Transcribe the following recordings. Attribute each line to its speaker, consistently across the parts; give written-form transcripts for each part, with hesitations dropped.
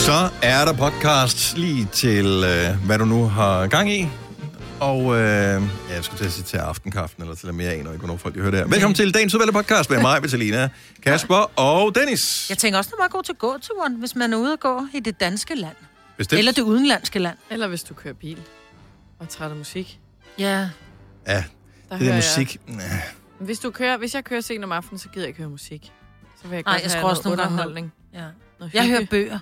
Speaker 1: Så er der podcast lige til, hvad du nu har gang i. Og jeg skulle til at sige til aftenkaffen, eller til mere af, når ikke nogen folk hører det her. Velkommen til dagens udvalgte podcast med mig, Bettelina, Kasper og Dennis.
Speaker 2: Jeg tænker også, det er meget godt til gåturen, hvis man er ude at gå i det danske land.
Speaker 1: Bestemt.
Speaker 2: Eller det udenlandske land.
Speaker 3: Eller hvis du kører bil og træder musik.
Speaker 2: Ja.
Speaker 1: Ja, det er musik.
Speaker 3: Hvis jeg kører sent om aftenen, så gider jeg ikke høre musik. Så vil jeg godt have
Speaker 2: noget
Speaker 3: underholdning.
Speaker 2: Ja. Jeg hører bøger.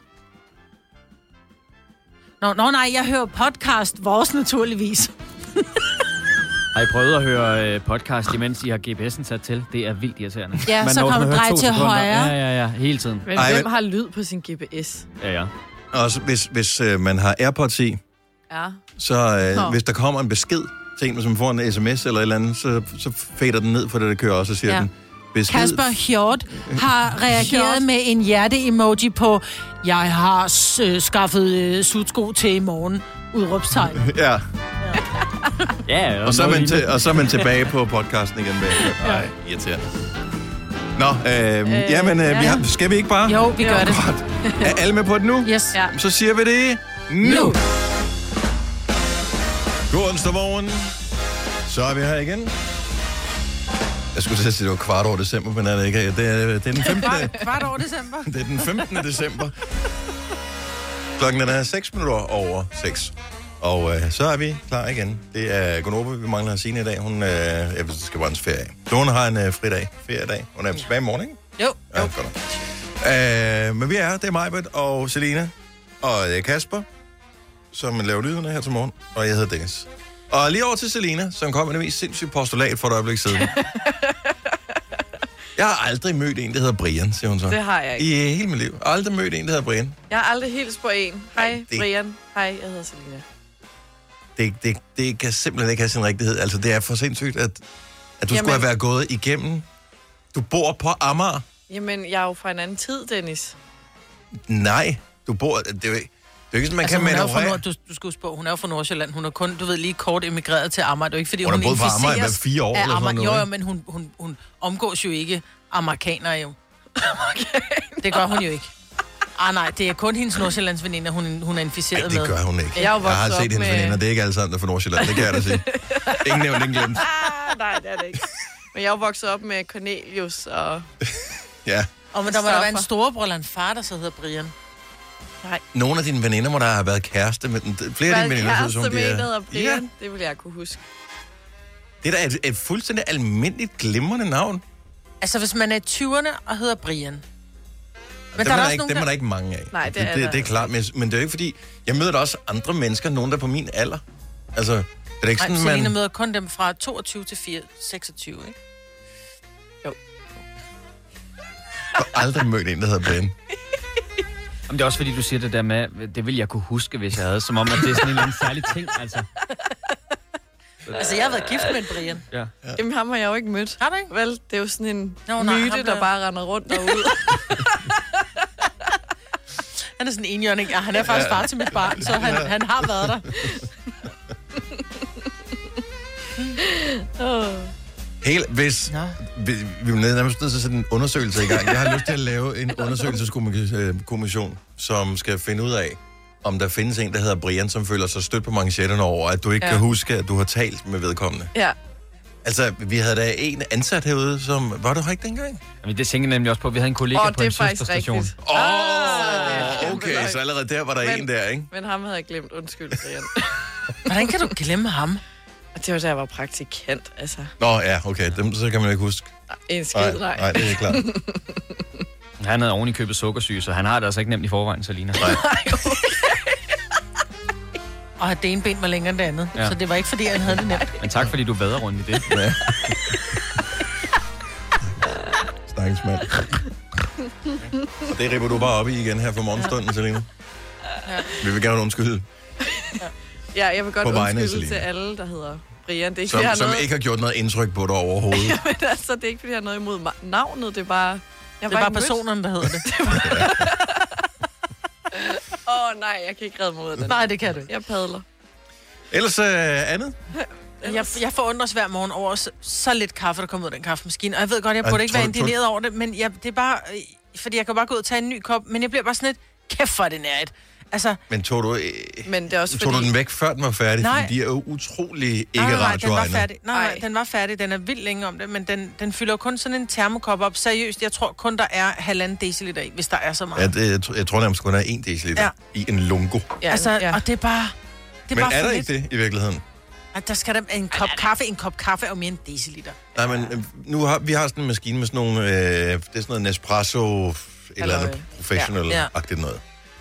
Speaker 2: Nej, jeg hører podcast, vores naturligvis.
Speaker 4: Har I prøvet at høre podcast, imens I har GPS'en sat til? Det er vildt irriterende.
Speaker 2: Ja, så kan man dreje til højre.
Speaker 4: Ja, hele tiden.
Speaker 3: Men hvem har lyd på sin GPS?
Speaker 4: Ja.
Speaker 1: Også hvis man har AirPods i, så hvis der kommer en besked til en, hvis man får en sms eller et eller andet, så fader den ned for det, der kører også, og siger den. Besked.
Speaker 2: Kasper Hjort har reageret med en hjerte-emoji på, jeg har skaffet sutsko til i morgen. Udråbstegn.
Speaker 1: Ja.
Speaker 4: Ja.
Speaker 1: Og så er man tilbage på podcasten igen bagefter. Nej, irriterende. Nå, skal vi ikke bare?
Speaker 2: Jo, vi gør det.
Speaker 1: Godt. Er alle med på det nu?
Speaker 2: Yes. Ja.
Speaker 1: Så siger vi det nu. God onsdag morgen. Så er vi her igen. Jeg skulle sige, at det var kvart over december, men er det ikke? Det er den 15.
Speaker 2: Kvart over december.
Speaker 1: Det er den 15. december. Klokken er 6 minutter over 6. Og så er vi klar igen. Det er Gunova, vi mangler Signe i dag. Hun skal bare en ferie. Så hun har en feriedag. Hun er tilbage i morgen, ikke?
Speaker 2: Jo.
Speaker 1: Ja, godt. Men vi er her. Det er Majbert og Selina og Kasper, som laver lydene her til morgen. Og jeg hedder Dennis. Og lige over til Selina, som kom med det mest sindssyge postulat for et øjeblik siden. Jeg har aldrig mødt en, der hedder Brian, siger hun så.
Speaker 3: Det har jeg ikke.
Speaker 1: I hele mit liv. Aldrig mødt en, der hedder Brian.
Speaker 3: Jeg har aldrig hilst på en. Hej, Brian. Hej, jeg hedder Selina.
Speaker 1: Det kan simpelthen ikke have sin rigtighed. Altså, det er for sindssygt, at du skulle have været gået igennem. Du bor på Amager.
Speaker 3: Jamen, jeg er jo fra en anden tid, Dennis.
Speaker 1: Nej, du bor... Det er jo ikke sådan, man kan manøvrere.
Speaker 2: Du skal spørge, hun er jo fra Nordsjælland. Hun er kun, du ved, lige kort emigreret til Amager. Det er jo ikke, fordi hun
Speaker 1: boet på Amager i 4 år eller sådan noget.
Speaker 2: Jo, men hun omgås jo ikke amerikanere jo. Det gør hun jo ikke. Nej, det er kun hendes Nordsjællands veninder, hun er inficeret med.
Speaker 1: Det gør hun ikke.
Speaker 3: Jeg
Speaker 1: har set hendes veninder. Det er ikke alle sammen, der er fra Nordsjælland. Det kan jeg da sige. Ingen nævnt, ingen glemt.
Speaker 3: Nej, det er det ikke. Men jeg er jo vokset op med Cornelius og...
Speaker 1: Ja.
Speaker 2: Og men der må der være en storebror eller en far, der så hedder Brian.
Speaker 3: Nej.
Speaker 1: Nogle af dine veninder må der have været kæreste med den. Flere af dine veninder,
Speaker 3: kæreste med en, der hedder Brian. Ja. Det vil jeg kunne huske.
Speaker 1: Det er da et fuldstændig almindeligt glimrende navn.
Speaker 2: Altså, hvis man er i 20'erne og hedder Brian.
Speaker 1: Men dem er der ikke mange af.
Speaker 3: Nej,
Speaker 1: det er klart, men det er jo ikke fordi... Jeg møder da også andre mennesker, nogen der er på min alder. Altså, det er ikke sådan,
Speaker 2: Selina møder kun dem fra 22 til 26, ikke?
Speaker 3: Jo.
Speaker 1: Jeg har aldrig mødt en, der hedder Brian.
Speaker 4: Jamen, det er også fordi, du siger det der med, det ville jeg kunne huske, hvis jeg havde, som om, at det er sådan en eller anden særlig ting, altså.
Speaker 2: Altså, jeg har været gift med en Brian.
Speaker 4: Ja.
Speaker 3: Jamen, ham har jeg jo ikke mødt.
Speaker 2: Har du ikke?
Speaker 3: Vel, det er jo sådan en myte, der bare render rundt derude.
Speaker 2: Han er sådan en enhjørning. Ja, han er faktisk far til mit barn, så han har været der.
Speaker 1: Hvis vi er nærmest nødt til at sætte en undersøgelse i gang. Jeg har lyst til at lave en undersøgelseskommission, som skal finde ud af, om der findes en, der hedder Brian, som føler sig stødt på manchetterne over, at du ikke kan huske, at du har talt med vedkommende.
Speaker 3: Ja.
Speaker 1: Altså, vi havde da en ansat herude, som... Var du her ikke dengang?
Speaker 4: Jamen, det tænker jeg nemlig også på. Vi havde en kollega på en søsterstation.
Speaker 1: Okay, så allerede der var der en der, ikke?
Speaker 3: Men ham havde jeg glemt. Undskyld, Brian.
Speaker 2: Hvordan kan du glemme ham?
Speaker 3: Det var da jeg var praktikant, altså.
Speaker 1: Nå ja, okay. Så kan man ikke huske.
Speaker 3: En skid, nej.
Speaker 1: Nej, det er klart.
Speaker 4: Han havde oven i købet sukkersyge, så han har det altså ikke nemt i forvejen, Selina.
Speaker 1: Nej.
Speaker 2: Og det ene ben var længere end det andet. Ja. Så det var ikke, fordi han havde det nemt.
Speaker 4: Men tak, fordi du vader rundt i det.
Speaker 1: Ja. Stakkels mand. Og det ripper du bare op i igen her for morgenstunden, Selina. Ja. Vi vil gerne undskylde.
Speaker 3: Ja, jeg vil godt undskylde til alle, der hedder Brian. Det er ikke,
Speaker 1: som ikke har gjort noget indtryk på dig overhovedet.
Speaker 3: Ja, men altså, det er ikke, fordi jeg har noget imod navnet. Det er bare...
Speaker 2: Det er bare personerne, der hedder det.
Speaker 3: Nej, jeg kan ikke redde mig ud af den.
Speaker 2: Nej, det kan du ikke.
Speaker 3: Jeg padler.
Speaker 1: Ellers andet?
Speaker 2: Jeg forundres hver morgen over så lidt kaffe, der kommer ud af den kaffemaskine. Og jeg ved godt, jeg burde ikke være indineret over det, men det er bare... Fordi jeg kan bare gå ud og tage en ny kop, men jeg bliver bare sådan lidt... Kæft for det nærigt. Altså,
Speaker 1: Men tog du,
Speaker 3: Men det er også
Speaker 1: tog du den væk, før den var færdig?
Speaker 2: Nej.
Speaker 1: Fordi de er jo utrolig ikke
Speaker 2: nej, den var
Speaker 1: radioegnede.
Speaker 2: færdig. Nej, den var færdig. Den er vildt længe om det, men den fylder jo kun sådan en termokop op. Seriøst, jeg tror kun, der er 1,5 deciliter i, hvis der er så meget.
Speaker 1: Ja, jeg tror nærmest kun, der er 1 deciliter i en lungo.
Speaker 3: Ja,
Speaker 2: altså, og det er bare...
Speaker 1: Men er der ikke det i virkeligheden?
Speaker 2: At der skal der en kop kaffe. En kop kaffe er jo mere end deciliter.
Speaker 1: Nej, men vi har sådan en maskine med sådan nogle... det er sådan noget Nespresso, et eller andet professional-agtigt noget.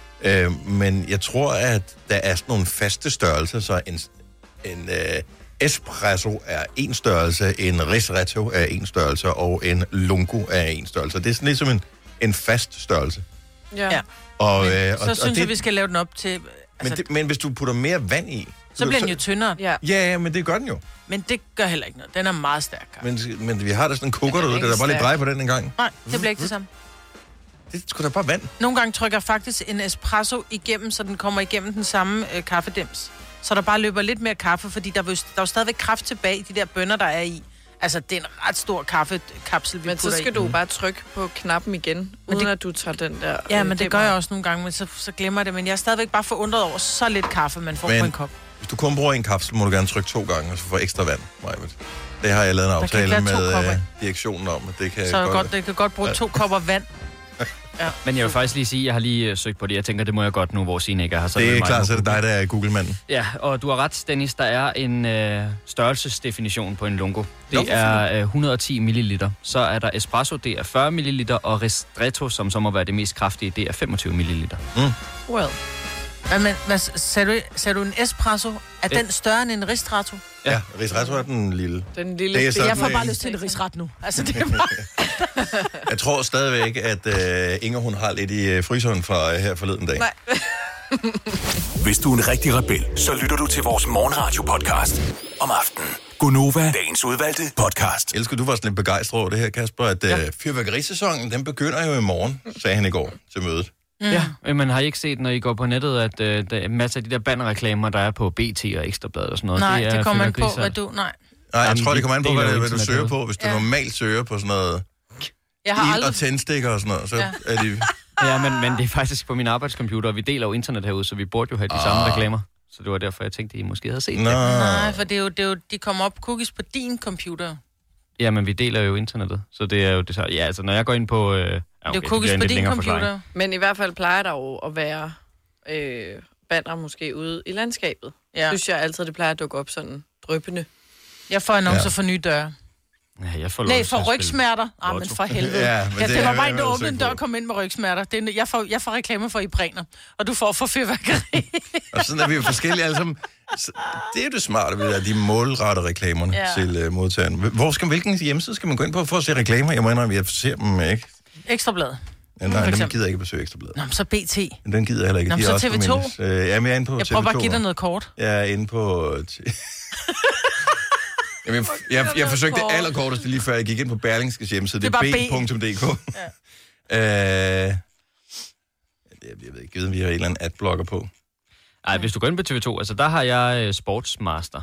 Speaker 1: Men jeg tror, at der er sådan nogle faste størrelser, så en espresso er en størrelse, en ristretto er en størrelse, og en lungo er en størrelse. Det er sådan ligesom en fast størrelse.
Speaker 2: Ja.
Speaker 1: Og,
Speaker 2: så synes jeg, vi skal lave den op til... Altså,
Speaker 1: men hvis du putter mere vand i...
Speaker 2: så bliver den jo tyndere.
Speaker 1: Ja, men det gør den jo.
Speaker 2: Men det gør heller ikke noget. Den er meget stærk.
Speaker 1: Men vi har da sådan en kukker derude, der bare lige dreje på den en gang.
Speaker 2: Nej, det bliver ikke det samme.
Speaker 1: Det er sgu da bare vand.
Speaker 2: Nogle gange trykker jeg faktisk en espresso igennem, så den kommer igennem den samme kaffedims. Så der bare løber lidt mere kaffe, fordi der er jo stadigvæk kraft tilbage i de der bønner, der er i. Altså, det er en ret stor kaffekapsel, vi
Speaker 3: men
Speaker 2: putter i.
Speaker 3: så skal du bare trykke på knappen igen, uden at du tager den der...
Speaker 2: Ja, men det gør jeg også nogle gange, men så glemmer jeg det. Men jeg er stadigvæk bare forundret over så lidt kaffe, man får på en kop.
Speaker 1: Hvis du kun bruger en kapsel, må du gerne trykke 2 gange, og så få ekstra vand. Det har jeg lavet en aftale med direktionen om. At det kan
Speaker 2: så det kan godt bruge 2 kopper vand.
Speaker 4: Ja. Men jeg vil faktisk lige sige, at jeg har lige søgt på det. Jeg tænker, det må jeg godt nu, hvor Signe ikke er her. Så
Speaker 1: det er klart, så er det dig, der er Google-manden.
Speaker 4: Ja, og du har ret, Dennis. Der er en størrelsesdefinition på en lungo. Det er 110 milliliter. Så er der espresso, det er 40 milliliter, og ristretto, som så må være det mest kraftige, det er 25 milliliter.
Speaker 2: Well. Men sagde du en espresso? Er den større end en ristretto?
Speaker 1: Ja, ristretto er den lille.
Speaker 3: Den lille.
Speaker 2: Jeg får bare lyst til en risret nu. Altså, det er bare...
Speaker 1: Jeg tror stadigvæk, at Inger, hun har lidt i fryseren fra her forleden dag.
Speaker 3: Nej.
Speaker 5: Hvis du er en rigtig rebel, så lytter du til vores morgenradio-podcast om aftenen. Gonova, dagens udvalgte podcast.
Speaker 1: Jeg elsker, du var sådan lidt begejstret over det her, Kasper, at fyrværkerisæsonen, den begynder jo i morgen, sagde han i går til mødet.
Speaker 4: Ja, men har I ikke set, når I går på nettet, at der er masser af de der bannerreklamer, der er på BT og Ekstrabladet og sådan noget?
Speaker 2: Nej, det kommer an på, hvad du... Nej,
Speaker 1: jeg tror, det kommer an på, hvad du søger på. Hvis du normalt søger på sådan noget ild og tændstikker og sådan noget, så er de...
Speaker 4: Ja, men det er faktisk på min arbejdscomputer, og vi deler jo internet herude, så vi burde jo have de samme reklamer. Så det var derfor, jeg tænkte, at I måske havde set det.
Speaker 2: Nej, for det er jo, de kommer op cookies på din computer.
Speaker 4: Ja, men vi deler jo internettet, så det er jo det. Ja, altså når jeg går ind på... Okay,
Speaker 2: det er jo cookies på din computer.
Speaker 3: Men i hvert fald plejer der jo at være banner måske ude i landskabet. Ja. Synes jeg altid, det plejer at dukke op sådan dryppende.
Speaker 2: Jeg får annoncer for nye døre.
Speaker 4: Ja, jeg får
Speaker 2: for rygsmerter. Men for helvede. Ja, det var bare en, der åbnede en dør og kom ind med rygsmerter. Jeg får reklamer for Ibræner, og du får for fyrværkeri.
Speaker 1: Og sådan er vi jo forskellige alle sammen. Det er jo det smarte ved de målrettede reklamerne til modtageren. Hvilken hjemmeside skal man gå ind på for at se reklamer? Jeg må indrømme, jeg ser dem ikke.
Speaker 2: Ekstrabladet.
Speaker 1: Ja, nej, den gider jeg ikke besøge Ekstrabladet.
Speaker 2: Nå, så BT.
Speaker 1: Den gider jeg heller ikke.
Speaker 2: Nå, så TV2.
Speaker 1: Jeg er inde på TV2.
Speaker 2: Jeg prøver bare at give dig noget kort.
Speaker 1: Jeg er inde på... Jeg forsøgte det allerkorteste lige før jeg gik ind på Berlingskes hjemmeside. Det er b.dk. Ja. Jeg ved ikke, vi har en eller anden adblocker på.
Speaker 4: Nej, hvis du går ind på TV2, altså der har jeg Sportmaster.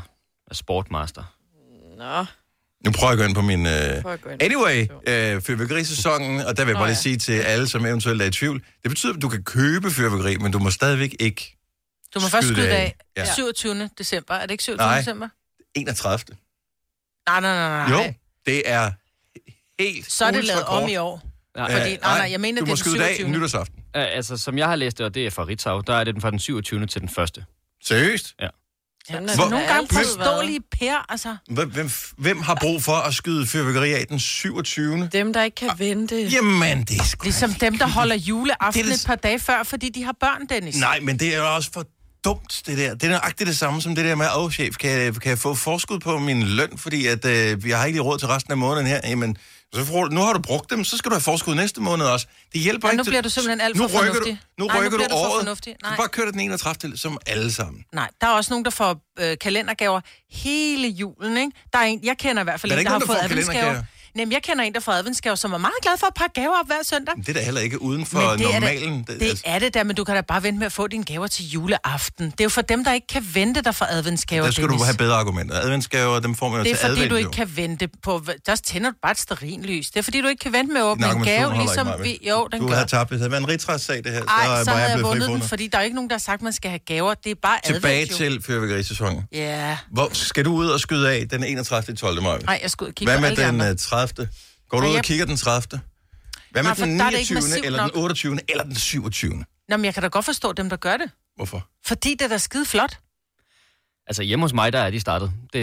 Speaker 3: Nå.
Speaker 1: Nu prøver jeg at gå ind på min... Anyway, fyrværkerisæsonen, og der vil jeg bare lige sige til alle, som eventuelt er i tvivl, det betyder, at du kan købe fyrværkeri, men du må stadigvæk ikke
Speaker 2: Du må først skyde af 27. december. Er det ikke 27. december?
Speaker 1: 31.
Speaker 2: Nej.
Speaker 1: Jo, det er helt
Speaker 2: så er det lavet om i år. Fordi, nej, jeg mener,
Speaker 1: du
Speaker 2: det er
Speaker 1: må skyde af nytårsaften.
Speaker 4: Altså, som jeg har læst det, og det er fra Ritzau, der er det fra den 27. til den 1.
Speaker 1: Seriøst?
Speaker 4: Ja.
Speaker 2: Nogle gange forståelige pære, altså.
Speaker 1: Hvem har brug for at skyde fyrværkeri af den 27.
Speaker 3: Dem, der ikke kan vente.
Speaker 1: Jamen, det er sgu
Speaker 2: ligesom dem, der holder juleaften et par dage før, fordi de har børn, Dennis.
Speaker 1: Nej, men det er jo også for dumt, det der. Det er nøjagtigt det samme som det der med, chef, kan jeg få forskud på min løn, fordi at, jeg har ikke råd til resten af måneden her. Jamen, nu har du brugt dem, så skal du have forskud næste måned også. Det hjælper ikke.
Speaker 2: Nu bliver du simpelthen alt for fornuftig.
Speaker 1: Nu rykker du året. Du bare kører den 31. som alle sammen.
Speaker 2: Nej, der er også nogen, der får kalendergaver hele julen, ikke? Der er en, jeg kender i hvert fald en, der har fået adventsgaver. Jamen, jeg kender en, der får adventsgave, som er meget glad for at pakke gaver op hver søndag.
Speaker 1: Det er da heller ikke uden for normalen.
Speaker 2: Det er det der, men du kan da bare vente med at få dine gaver til juleaften. Det er jo for dem, der ikke kan vente der for adventsgaver,
Speaker 1: Der skal
Speaker 2: Dennis.
Speaker 1: du have bedre argumenter. Adventsgaver, dem får man jo til advent.
Speaker 2: Det er fordi, du ikke kan vente på... Der tænder du bare et stearinlys. Det er fordi, du ikke kan vente med at åbne en gave, ligesom vi... Jo, den
Speaker 1: du
Speaker 2: gør.
Speaker 1: har tabt. Hvis det havde været en rigsretssag, det her,
Speaker 2: så havde jeg vundet den,
Speaker 1: frifundet.
Speaker 2: fordi der er ikke nogen, der har sagt, at man skal have gaver. Det er bare
Speaker 1: tilbage
Speaker 2: advent,
Speaker 1: til fyrværkerisæsonen.
Speaker 2: Ja.
Speaker 1: Hvor skal du ud og skyde af den 31. 12. maj?
Speaker 2: Nej, jeg skal ud og kigge
Speaker 1: Hvad
Speaker 2: på
Speaker 1: med
Speaker 2: alle de
Speaker 1: den 30. Går du ud og kigger den 30. Hvad med den 29. eller den 28. eller den 27.
Speaker 2: Nå, men jeg kan da godt forstå dem, der gør det.
Speaker 1: Hvorfor?
Speaker 2: Fordi det er da skide flot.
Speaker 4: Altså hjemme hos mig, der er de startet. Den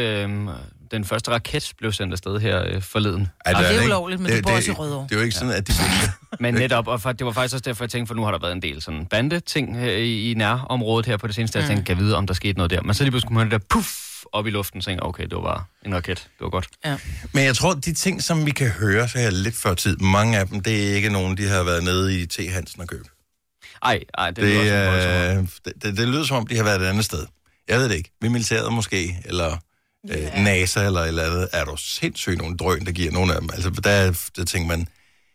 Speaker 4: første raket blev sendt afsted her forleden.
Speaker 2: Det er ulovligt, men det bor også i Rødovre.
Speaker 1: Det er jo ikke sådan, at de
Speaker 4: Men netop, og det var faktisk også derfor, jeg tænkte, for nu har der været en del sådan bande-ting i nærområdet her på det seneste. Jeg tænkte, kan jeg vide, om der skete noget der. Men så lige pludselig kunne man det der puff op i luften, og tænkte, okay, det var bare en raket. Det var godt. Ja.
Speaker 1: Men jeg tror, de ting, som vi kan høre så her lidt før tid, mange af dem, det er ikke nogen, de har været nede i T. Hansen og køb.
Speaker 4: Ej, det lyder
Speaker 1: det lyder som om, de har været et andet sted. Jeg ved det ikke. Vi militæret måske, eller NASA, eller andet. Er der sindssygt nogle drøn, der giver nogle af dem? Altså, der tænker man,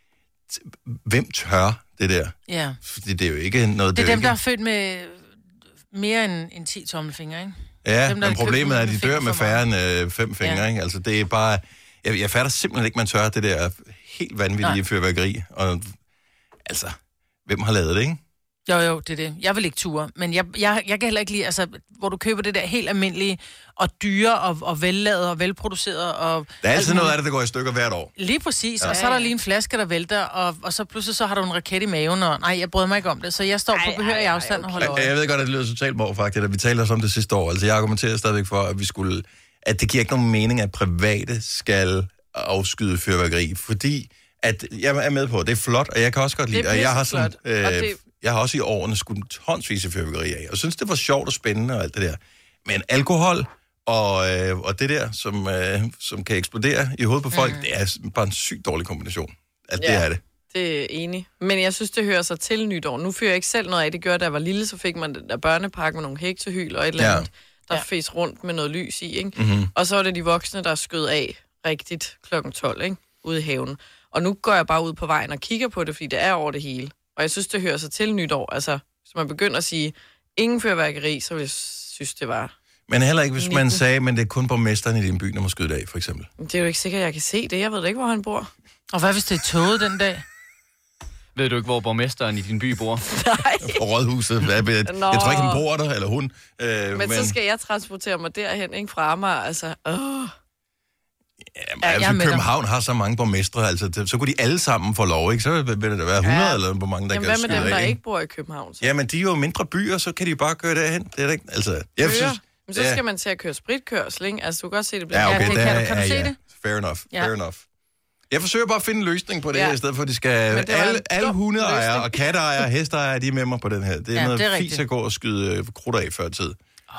Speaker 1: hvem tør det der?
Speaker 2: Ja.
Speaker 1: Fordi det er jo ikke noget...
Speaker 2: Det er dem, der er født med mere end 10 tommelfingre, ikke?
Speaker 1: Ja,
Speaker 2: dem,
Speaker 1: men problemet er, at de dør med færre end 5 fingre, ikke? Altså, det er bare... Jeg fatter simpelthen ikke, man tør det der helt vanvittige fyrværkeri. Og altså, hvem har lavet det, ikke?
Speaker 2: Jo, det er det. Jeg vil ikke ture, men jeg kan heller ikke lide, altså, hvor du køber det der helt almindelige, og dyre, og vellavet, og velproduceret, og...
Speaker 1: Der er altid noget af det, der går i stykker hvert år.
Speaker 2: Lige præcis, og så er der lige en flaske, der vælter, og så pludselig så har du en raket i maven, og nej, jeg bryder mig ikke om det, så jeg står på behørig afstand og holder øje.
Speaker 1: Jeg ved godt, at det lyder totalt borgfagtigt, at vi talte også om det sidste år. Altså, jeg argumenterer stadigvæk for, at det giver ikke nogen mening, at private skal afskyde fyrværkeri, fordi at jeg er med på, det er flot, og jeg kan også godt lide det, og jeg har sådan... Jeg har også i årene skudt tonsvis af fyrværkeri af, og synes, det var sjovt og spændende og alt det der. Men alkohol og det der, som kan eksplodere i hovedet på folk, det er bare en sygt dårlig kombination. Det er det.
Speaker 3: Det er enig. Men jeg synes, det hører sig til nytår. Nu fyrer jeg ikke selv noget af. Det gjorde, da jeg var lille, så fik man den der børnepakke med nogle heksehyl og et eller andet, der fes rundt med noget lys i, ikke? Mm-hmm. Og så var det de voksne, der skød af rigtigt kl. 12, ikke? Ude i haven. Og nu går jeg bare ud på vejen og kigger på det, fordi det er over det hele. Og jeg synes, det hører sig til nytår. Altså, hvis man begynder at sige, ingen fyrværkeri, så vil jeg synes, det var...
Speaker 1: Men heller ikke, hvis man sagde, men det er kun borgmesteren i din by, der må skyde af, for eksempel.
Speaker 3: Det er jo ikke sikkert, at jeg kan se det. Jeg ved ikke, hvor han bor.
Speaker 2: Og hvad hvis det er toget den dag?
Speaker 4: Ved du ikke, hvor borgmesteren i din by bor?
Speaker 3: Nej.
Speaker 1: På rådhuset. Jeg tror ikke, han bor der, eller hun.
Speaker 3: Men så skal jeg transportere mig derhen, ikke fra Amager. Altså,
Speaker 1: København har så mange borgmestre, altså, så kunne de alle sammen få lov, ikke? Så vil det være 100 eller hvor mange, der kan skyde af.
Speaker 3: Hvad med dem, der ikke bor i København? Så?
Speaker 1: Jamen, de er jo mindre byer, så kan de bare køre derhen. Det er det ikke, altså... Jeg synes,
Speaker 3: men så skal man til at køre spritkørsel, ikke? Altså, du kan godt se, det bliver...
Speaker 1: Ja, okay,
Speaker 2: kan du se det?
Speaker 1: Fair enough. Jeg forsøger bare at finde en løsning på det her, i stedet for, at de skal... Alle hundeejere og katteejere og hesteejere, de er med mig på den her. Det er noget fint at gå og skyde krudt af før tid.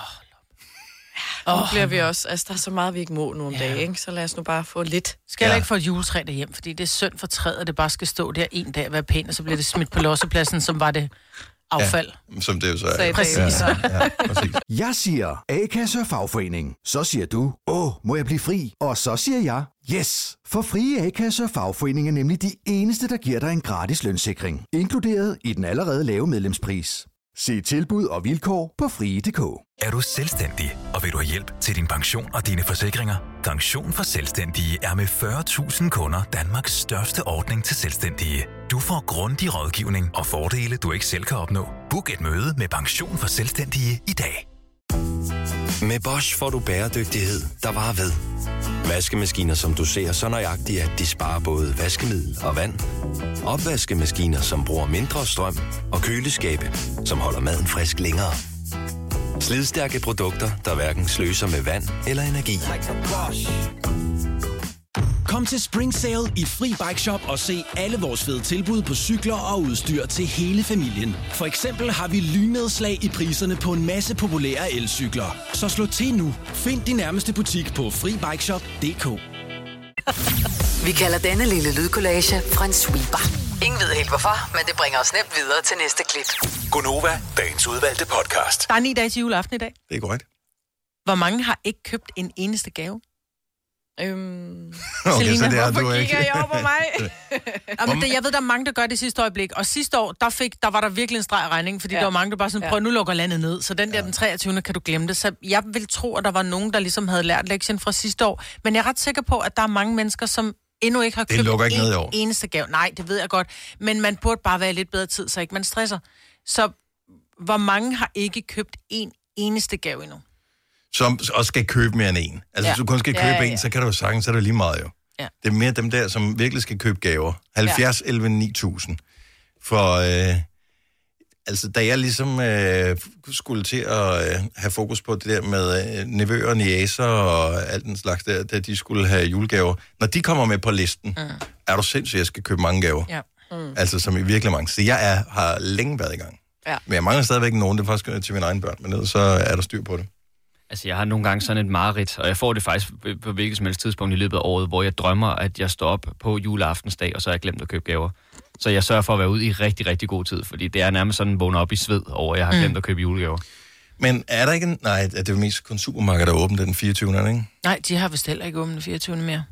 Speaker 3: Nu bliver vi også... Altså, der er så meget, vi ikke må nu om dagen, ikke? Så lad os nu bare få lidt.
Speaker 2: Skal jeg ikke få et juletræ derhjem, fordi det er synd for træet, at det bare skal stå der en dag og være pænt, og så bliver det smidt på lossepladsen, som var det affald.
Speaker 1: Ja, som det jo så er.
Speaker 2: Præcis.
Speaker 1: Præcis.
Speaker 6: Jeg siger A-kasse og fagforening. Så siger du, må jeg blive fri? Og så siger jeg, yes! For Frie A-kasse og fagforening er nemlig de eneste, der giver dig en gratis lønssikring. Inkluderet i den allerede lave medlemspris. Se tilbud og vilkår på frie.dk.
Speaker 5: Er du selvstændig, og vil du have hjælp til din pension og dine forsikringer? Pension for Selvstændige er med 40.000 kunder Danmarks største ordning til selvstændige. Du får grundig rådgivning og fordele, du ikke selv kan opnå. Book et møde med Pension for Selvstændige i dag.
Speaker 7: Med Bosch får du bæredygtighed, der varer ved. Vaskemaskiner, som du ser så nøjagtigt, at de sparer både vaskemiddel og vand. Opvaskemaskiner, som bruger mindre strøm. Og køleskabe, som holder maden frisk længere. Slidstærke produkter, der hverken sløser med vand eller energi.
Speaker 8: Kom til Spring Sale i Fri Bike Shop og se alle vores fede tilbud på cykler og udstyr til hele familien. For eksempel har vi lynedslag i priserne på en masse populære elcykler. Så slå til nu. Find din nærmeste butik på FriBikeShop.dk.
Speaker 9: Vi kalder denne lille lydkollage en sweeper. Ingen ved helt hvorfor, men det bringer os nemt videre til næste klip.
Speaker 5: Gonova, dagens udvalgte podcast.
Speaker 2: Der er 9 dage til juleaften i dag.
Speaker 1: Det er korrekt.
Speaker 2: Hvor mange har ikke købt en eneste gave?
Speaker 1: Okay, så det er
Speaker 3: Hvorfor
Speaker 1: du ikke.
Speaker 3: kigger I over på mig?
Speaker 2: Jeg ved, der er mange, der gør det sidste øjeblik. Og sidste år, der var der virkelig en streg i regningen, fordi der var mange, der bare sådan, prøv, nu lukker landet ned. Så den der, den 23. kan du glemme det. Så jeg vil tro, at der var nogen, der ligesom havde lært lektien fra sidste år. Men jeg er ret sikker på, at der er mange mennesker, som endnu ikke har købt en eneste gave. Nej, det ved jeg godt. Men man burde bare være i lidt bedre tid, så ikke man stresser. Så hvor mange har ikke købt en eneste gave endnu?
Speaker 1: Som også skal købe mere end en. Altså, hvis du kun skal købe en, så kan du jo sagtens, så er det lige meget jo. Ja. Det er mere dem der, som virkelig skal købe gaver. 70, 11, 9000. For, altså, da jeg ligesom skulle til at have fokus på det der med nevøer og niecer og alt den slags der, da de skulle have julegaver. Når de kommer med på listen, er du sindssygt, at jeg skal købe mange gaver. Ja. Altså, som i virkelig mange. Så jeg har længe været i gang. Ja. Men jeg mangler stadigvæk nogen, det er faktisk til mine egne børn, men så er der styr på det.
Speaker 4: Altså, jeg har nogle gange sådan et mareridt, og jeg får det faktisk på hvilket som helst tidspunkt i løbet af året, hvor jeg drømmer, at jeg står op på juleaftensdag, og så har jeg glemt at købe gaver. Så jeg sørger for at være ude i rigtig, rigtig god tid, fordi det er nærmest sådan, vågner op i sved over, at jeg har glemt at købe julegaver. Men
Speaker 1: er der ikke en... Nej, det er mest kun supermarkedet, der er åbent den 24. ikke?
Speaker 2: Nej, de har vist heller ikke åbent den 24. mere.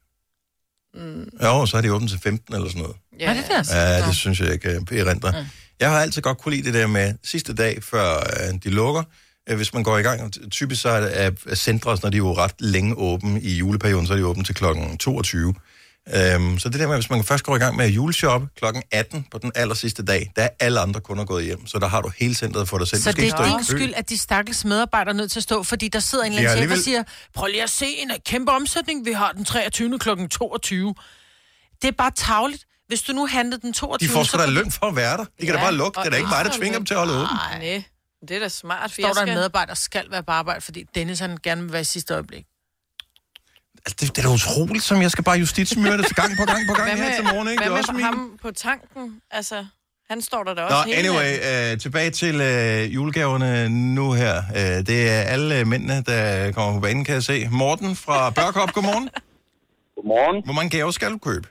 Speaker 1: Jo, så er de åbent til 15 eller sådan noget.
Speaker 2: Ja, det er det.
Speaker 1: Ja, det synes jeg ikke erindrer. Jeg har altid godt kunne lide det der med sidste dag, før de lukker. Hvis man går i gang, typisk så er centre, når de er jo ret længe åbne i juleperioden, så er de åbne til klokken 22. Så det der med, hvis man først går i gang med at juleshoppe klokken 18 på den aller sidste dag, der er alle andre kunder gået hjem, så der har du hele centret for dig selv.
Speaker 2: Så det er din skyld, at de stakkels medarbejdere er nødt til at stå, fordi der sidder en eller anden chef og siger, prøv lige at se en kæmpe omsætning, vi har den 23. klokken 22. Det er bare tarveligt. Hvis du nu handlede den 22...
Speaker 1: De får sgu da løn for at være der. De kan da bare lukke. Det er da ikke mig, der tvinger dem til at holde åben.
Speaker 3: Nej, det er da smart.
Speaker 2: Står der en medarbejder, der skal være på arbejde, fordi Dennis han gerne vil være i sidste øjeblik.
Speaker 1: Altså, det er da utroligt, som jeg skal bare justitsmøre det til gang på gang her til morgen, ikke?
Speaker 3: Hvad
Speaker 1: med
Speaker 3: med ham på tanken? Altså, han står der også hele
Speaker 1: anyway, tilbage til julegaverne nu her. Det er alle mændene, der kommer på banen, kan jeg se. Morten fra Børkop, godmorgen.
Speaker 10: Godmorgen.
Speaker 1: Hvor mange gaver skal du købe?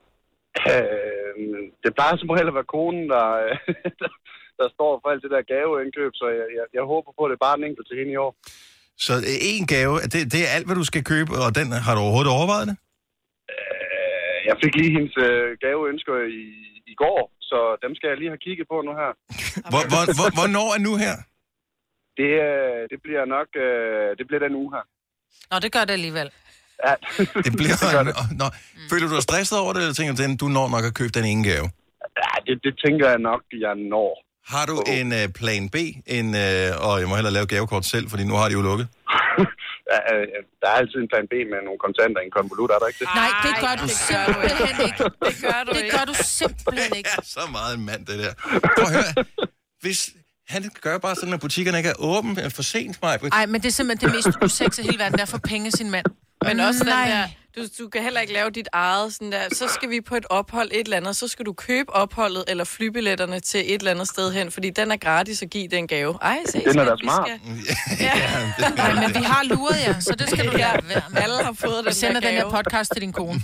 Speaker 10: Det plejer som regel at være konen, der står for alt det der gaveindkøb, så jeg håber på, at det er bare en enkelt til hende i år.
Speaker 1: Så en gave, det er alt, hvad du skal købe, og den har du overhovedet overvejet det?
Speaker 10: Jeg fik lige hendes gaveønsker i går, så dem skal jeg lige have kigget på nu her.
Speaker 1: Hvornår er nu her?
Speaker 10: Det bliver nok det bliver den uge her.
Speaker 2: Nå, det gør det alligevel.
Speaker 10: Ja.
Speaker 1: Det bliver... Føler du dig stresset over det, eller tænker du når nok at købe den ene gave?
Speaker 10: Ja, det tænker jeg nok, jeg når.
Speaker 1: Har du en plan B, og jeg må hellere lave gavekort selv, fordi nu har de jo lukket?
Speaker 10: Der er altid en plan B med nogle kontanter i en konvolut, er der ikke det?
Speaker 2: Nej, det gør du simpelthen ikke.
Speaker 3: Det gør du simpelthen ikke.
Speaker 1: Det er så meget en mand, det der. Prøv at høre. Hvis han gør bare sådan, at butikkerne ikke er åbne for sent, Maj-Brit.
Speaker 2: Nej, men det er simpelthen det mest usex i hele verden, der for penge sin mand.
Speaker 3: Men også den der, du kan heller ikke lave dit eget sådan der, så skal vi på et ophold et eller andet, så skal du købe opholdet eller flybilletterne til et eller andet sted hen, fordi den er gratis at give den gave. Ej, se,
Speaker 10: den er da smart.
Speaker 2: Nej, men vi har luret jer, så det skal du lade være med.
Speaker 3: Alle har fået
Speaker 2: den sender den her podcast til din kone.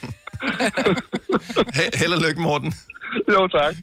Speaker 1: Held og lykke, Morten.
Speaker 10: Jo, tak.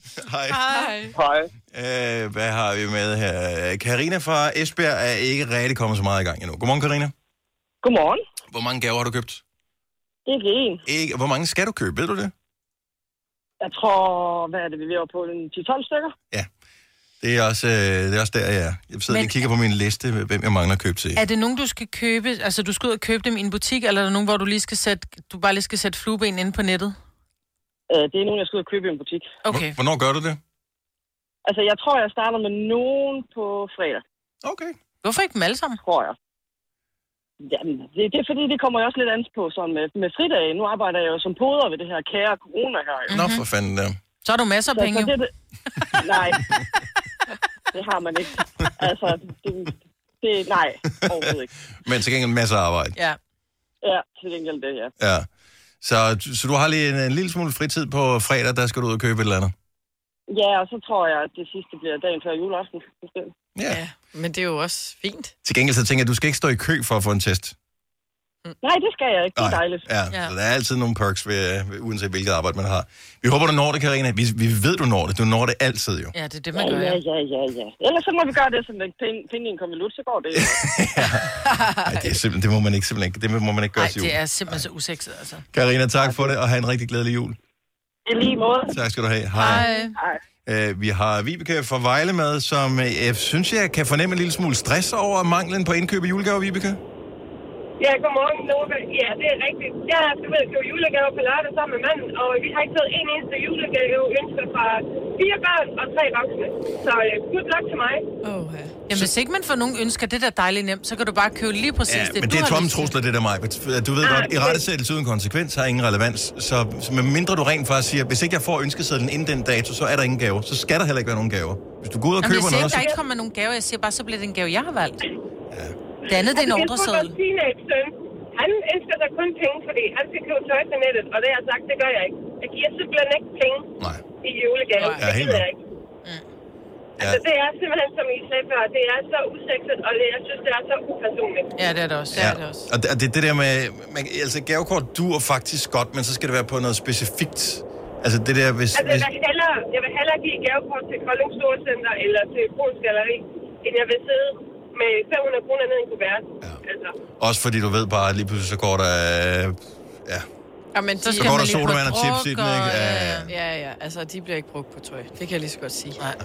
Speaker 1: Hej. Hvad har vi med her? Karina fra Esbjerg er ikke rigtig kommet så meget i gang endnu. Godmorgen, Karina.
Speaker 11: Godmorgen.
Speaker 1: Hvor mange gaver har du købt?
Speaker 11: Ikke én.
Speaker 1: Hvor mange skal du købe, ved du det?
Speaker 11: Jeg tror, hvad er det, vi er på 10-12 stykker?
Speaker 1: Ja, det er også der, jeg er. Jeg sidder lige og kigger på min liste, hvem jeg mangler at købe til.
Speaker 2: Er det nogen, du skal købe, altså du skal ud og købe dem i en butik, eller er der nogen, hvor du bare lige skal sætte flueben inde på nettet?
Speaker 11: Det er nogen, jeg skal ud og købe i en butik.
Speaker 2: Okay.
Speaker 1: Hvornår gør du det?
Speaker 11: Altså, jeg tror, jeg starter med nogen på fredag.
Speaker 1: Okay.
Speaker 2: Hvorfor ikke dem alle sammen?
Speaker 11: Tror jeg. Jamen, det er fordi, det kommer jeg også lidt an på sådan med fridag. Nu arbejder jeg jo som poder ved det her kære corona her.
Speaker 1: Nå, for fanden der.
Speaker 2: Så har du masser af penge.
Speaker 11: Nej, det har man ikke. Altså, nej, overhovedet ikke.
Speaker 1: Men til gengæld masser af arbejde.
Speaker 11: Ja, til gengæld det, ja.
Speaker 1: Ja. Så du har lige en lille smule fritid på fredag, der skal du ud og købe et eller andet?
Speaker 11: Ja, og så tror jeg, at det sidste bliver dagen før juleaften.
Speaker 3: Ja, men det er jo også fint.
Speaker 1: Til gengæld så tænker jeg, at du skal ikke stå i kø for at få en test.
Speaker 11: Nej, det skal jeg ikke. Det er dejligt.
Speaker 1: Ja, så der er altid nogle perks, uanset hvilket arbejde man har. Vi håber, du når det, Karina. Vi ved, du når det. Du når det altid, jo.
Speaker 2: Ja, det er det, man gør.
Speaker 11: Ja. Ellers så må vi gøre det, som penge i en konvolut, så går det.
Speaker 1: Nej, det er simpelthen, det må man ikke gøre til jul.
Speaker 2: Det er simpelthen så usekset, altså.
Speaker 1: Karina, tak for det, og have en rigtig glædelig jul.
Speaker 11: I lige måde.
Speaker 1: Tak skal du have. Hej. Vi har Vibeke fra Vejle med, som jeg synes, jeg kan fornemme en lille smule stress over manglen på indkøb af julegaver, Vibeke.
Speaker 12: Ja, godmorgen, Nova. Ja, det er rigtigt. Jeg har haft ved at købe julegaver på lørdag sammen med manden, og vi har ikke fået en eneste julegave ønsker fra 4 børn og 3 voksne. Så good luck til mig.
Speaker 2: Jamen, hvis ikke man får nogen ønsker, det der dejligt nemt, så kan du bare købe lige præcis det,
Speaker 1: men det er tomme trusler, det der, Maja. Du ved godt, i rettesættelse uden konsekvens har ingen relevans. Så med mindre du rent faktisk siger, hvis ikke jeg får ønskesedlen inden den dato, så er der ingen gave. Så skal der heller ikke være nogen gaver. Hvis du går ud og køber noget...
Speaker 2: Jeg siger, der ikke kommer nogen gave. Jeg siger bare, så bliver det en gave, jeg har valgt. Ja. Det andet, det er en ordreseddel.
Speaker 12: Han ønsker sig kun penge, fordi han skal købe tøj til nettet, og det har jeg sagt, det gør jeg ikke. Jeg giver simpelthen ikke penge i julegave. Det gider jeg ikke. Altså, det er simpelthen, som I sagde før, det er så usekset, og jeg synes, det er så upersonligt.
Speaker 2: Ja, det er det også.
Speaker 1: Ja. Og det der med, altså gavekort duer faktisk godt, men så skal det være på noget specifikt. Altså det der, hvis...
Speaker 12: Altså, jeg vil hellere give gavekort til Kolding Storcenter eller til Bruns Galleri, end jeg vil sidde med 500 kroner ned i en kuvert. Ja. Altså.
Speaker 1: Også fordi du ved bare, at lige pludselig så går der...
Speaker 3: men
Speaker 1: så går der sodavand og chips i den, ikke?
Speaker 3: Ja. Altså, de bliver ikke brugt på tøj. Det kan jeg lige så godt sige.
Speaker 2: Nej.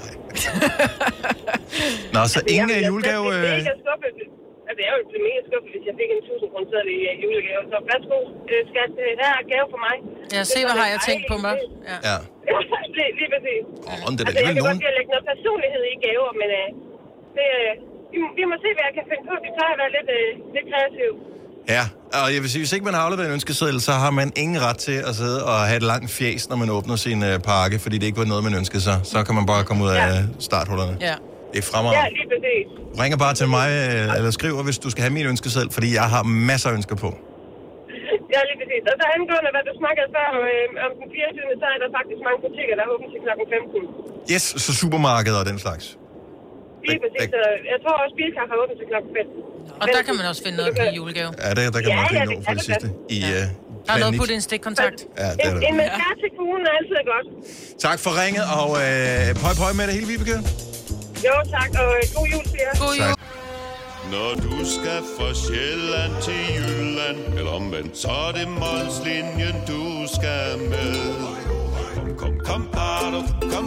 Speaker 1: Nå, så ingen julegave...
Speaker 12: Altså, jeg ville blive mega skuffet, hvis jeg fik en 1000 kroner seddel i julegave. Så værsgo, skat, her er gave for mig.
Speaker 2: Ja, se, hvad har jeg tænkt på mig.
Speaker 1: Ja.
Speaker 12: Lige præcis.
Speaker 1: Altså,
Speaker 12: jeg kan godt lide at lægge noget personlighed i gaver, men vi må se, hvad jeg kan finde på. Vi plejer at være lidt kreative.
Speaker 1: Ja, og jeg vil sige, hvis ikke man har afleveret en ønskeseddel, så har man ingen ret til at sidde og have et langt fjæs, når man åbner sin pakke, fordi det ikke var noget, man ønskede sig. Så kan man bare komme ud af starthullerne.
Speaker 2: Ja.
Speaker 1: Det er fremragende.
Speaker 12: Ja, lige præcis.
Speaker 1: Du ringer bare til mig, eller skriver, hvis du skal have min ønskeseddel, fordi jeg har masser af ønsker på.
Speaker 12: Ja, lige præcis. Og så angående, hvad du snakkede før om den 24. så er der faktisk mange butikker, der er åbent til kl. 15.
Speaker 1: Yes, så supermarkeder og den slags.
Speaker 12: Lige præcis. Jeg tror også, Bilka har åbent til kl. 5.
Speaker 2: Og der kan man også finde noget på julegave.
Speaker 1: Ja, der kan man også finde noget for det sidste.
Speaker 2: Der er noget på din stikkontakt.
Speaker 1: Ja, det er der.
Speaker 12: En maskar til kommunen er altid godt.
Speaker 1: Tak for ringet, og pøj med det hele, Vibeke.
Speaker 12: Jo, tak, og god jul til jer.
Speaker 2: God jul.
Speaker 13: Når du skal fra Sjælland til Jylland, eller omvendt, så er det Molslinjen, du skal med. Kom, bado.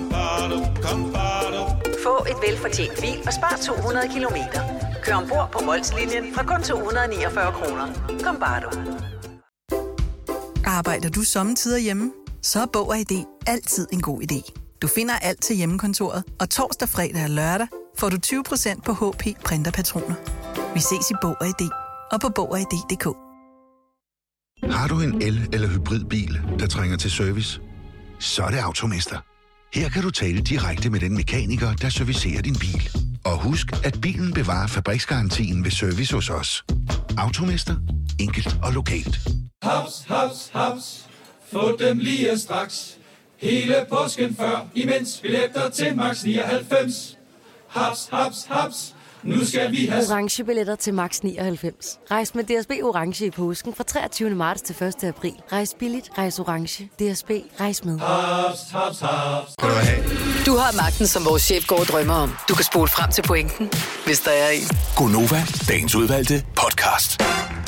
Speaker 9: Få et velfortjent bil og spar 200 kilometer. Kør ombord på Molslinjen fra kun 249 kroner. Kom, bado.
Speaker 14: Arbejder du sommetider hjemme? Så er Bog og ID altid en god idé. Du finder alt til hjemmekontoret, og torsdag, fredag og lørdag får du 20% på HP printerpatroner. Vi ses i Bog og ID og på Bog og ID.dk.
Speaker 6: Har du en el- eller hybridbil, der trænger til service? Så er det Automester. Her kan du tale direkte med den mekaniker, der servicerer din bil. Og husk, at bilen bevarer fabriksgarantien ved service hos os. Automester. Enkelt og lokalt.
Speaker 15: Haps. Få dem lige straks. Hele påsken før, imens billetter til max 99. Haps. Nu skal vi have
Speaker 16: orange billetter til max 99. Rejs med DSB orange i påsken fra 23. marts til 1. april. Rejs billigt, rejs orange. DSB, rejs med.
Speaker 15: Haps.
Speaker 9: Du har magten, som vores chef går og drømmer om. Du kan spole frem til pointen, hvis der er en.
Speaker 8: Gonova, dagens udvalgte podcast.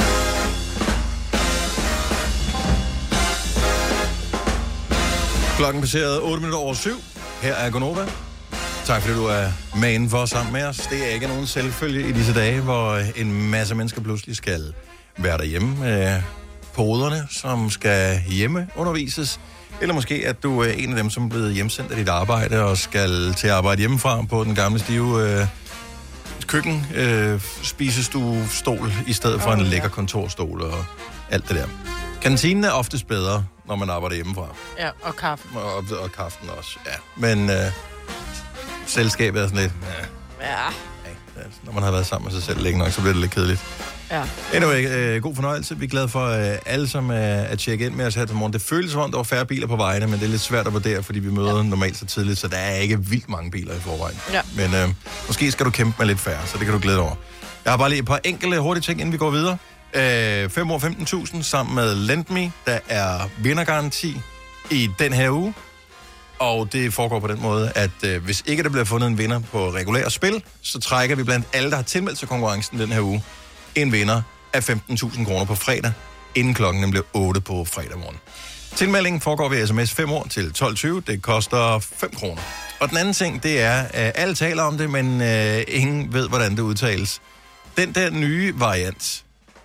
Speaker 1: Klokken passerede 8:08. Her er Gonova. Tak fordi du er med indenfor sammen med os. Det er ikke nogen selvfølge i disse dage, hvor en masse mennesker pludselig skal være derhjemme med poderne, som skal hjemme undervises. Eller måske at du er en af dem, som er blevet hjemsendt af dit arbejde og skal til at arbejde hjemmefra på den gamle stive køkken, spisestuestol i stedet for en lækker kontorstol og alt det der. Kantinen er oftest bedre, når man arbejder hjemmefra.
Speaker 2: Ja, og kaffen.
Speaker 1: Og kaffen også, ja. Men selskabet er sådan lidt... Når man har været sammen med sig selv længe nok, så bliver det lidt kedeligt.
Speaker 3: Ja.
Speaker 1: Anyway, god fornøjelse. Vi er glade for alle, som er at tjekke ind med os her til morgen. Det føles som om, der var færre biler på vejene, men det er lidt svært at vurdere, fordi vi møder normalt så tidligt, så der er ikke vildt mange biler i forvejen.
Speaker 3: Ja.
Speaker 1: Men måske skal du kæmpe med lidt færre, så det kan du glæde over. Jeg har bare lige et par enkelte hurtige ting, inden vi går videre. 5 år 15.000 sammen med LendMe. Der er vindergaranti i den her uge. Og det foregår på den måde, at hvis ikke der bliver fundet en vinder på regulære spil, så trækker vi blandt alle, der har tilmeldt sig konkurrencen den her uge, en vinder af 15.000 kroner på fredag, inden klokken bliver 8 på fredag morgen. Tilmeldingen foregår ved sms 5 år til 12.20. Det koster 5 kroner. Og den anden ting, det er, at alle taler om det, men ingen ved, hvordan det udtales. Den der nye variant.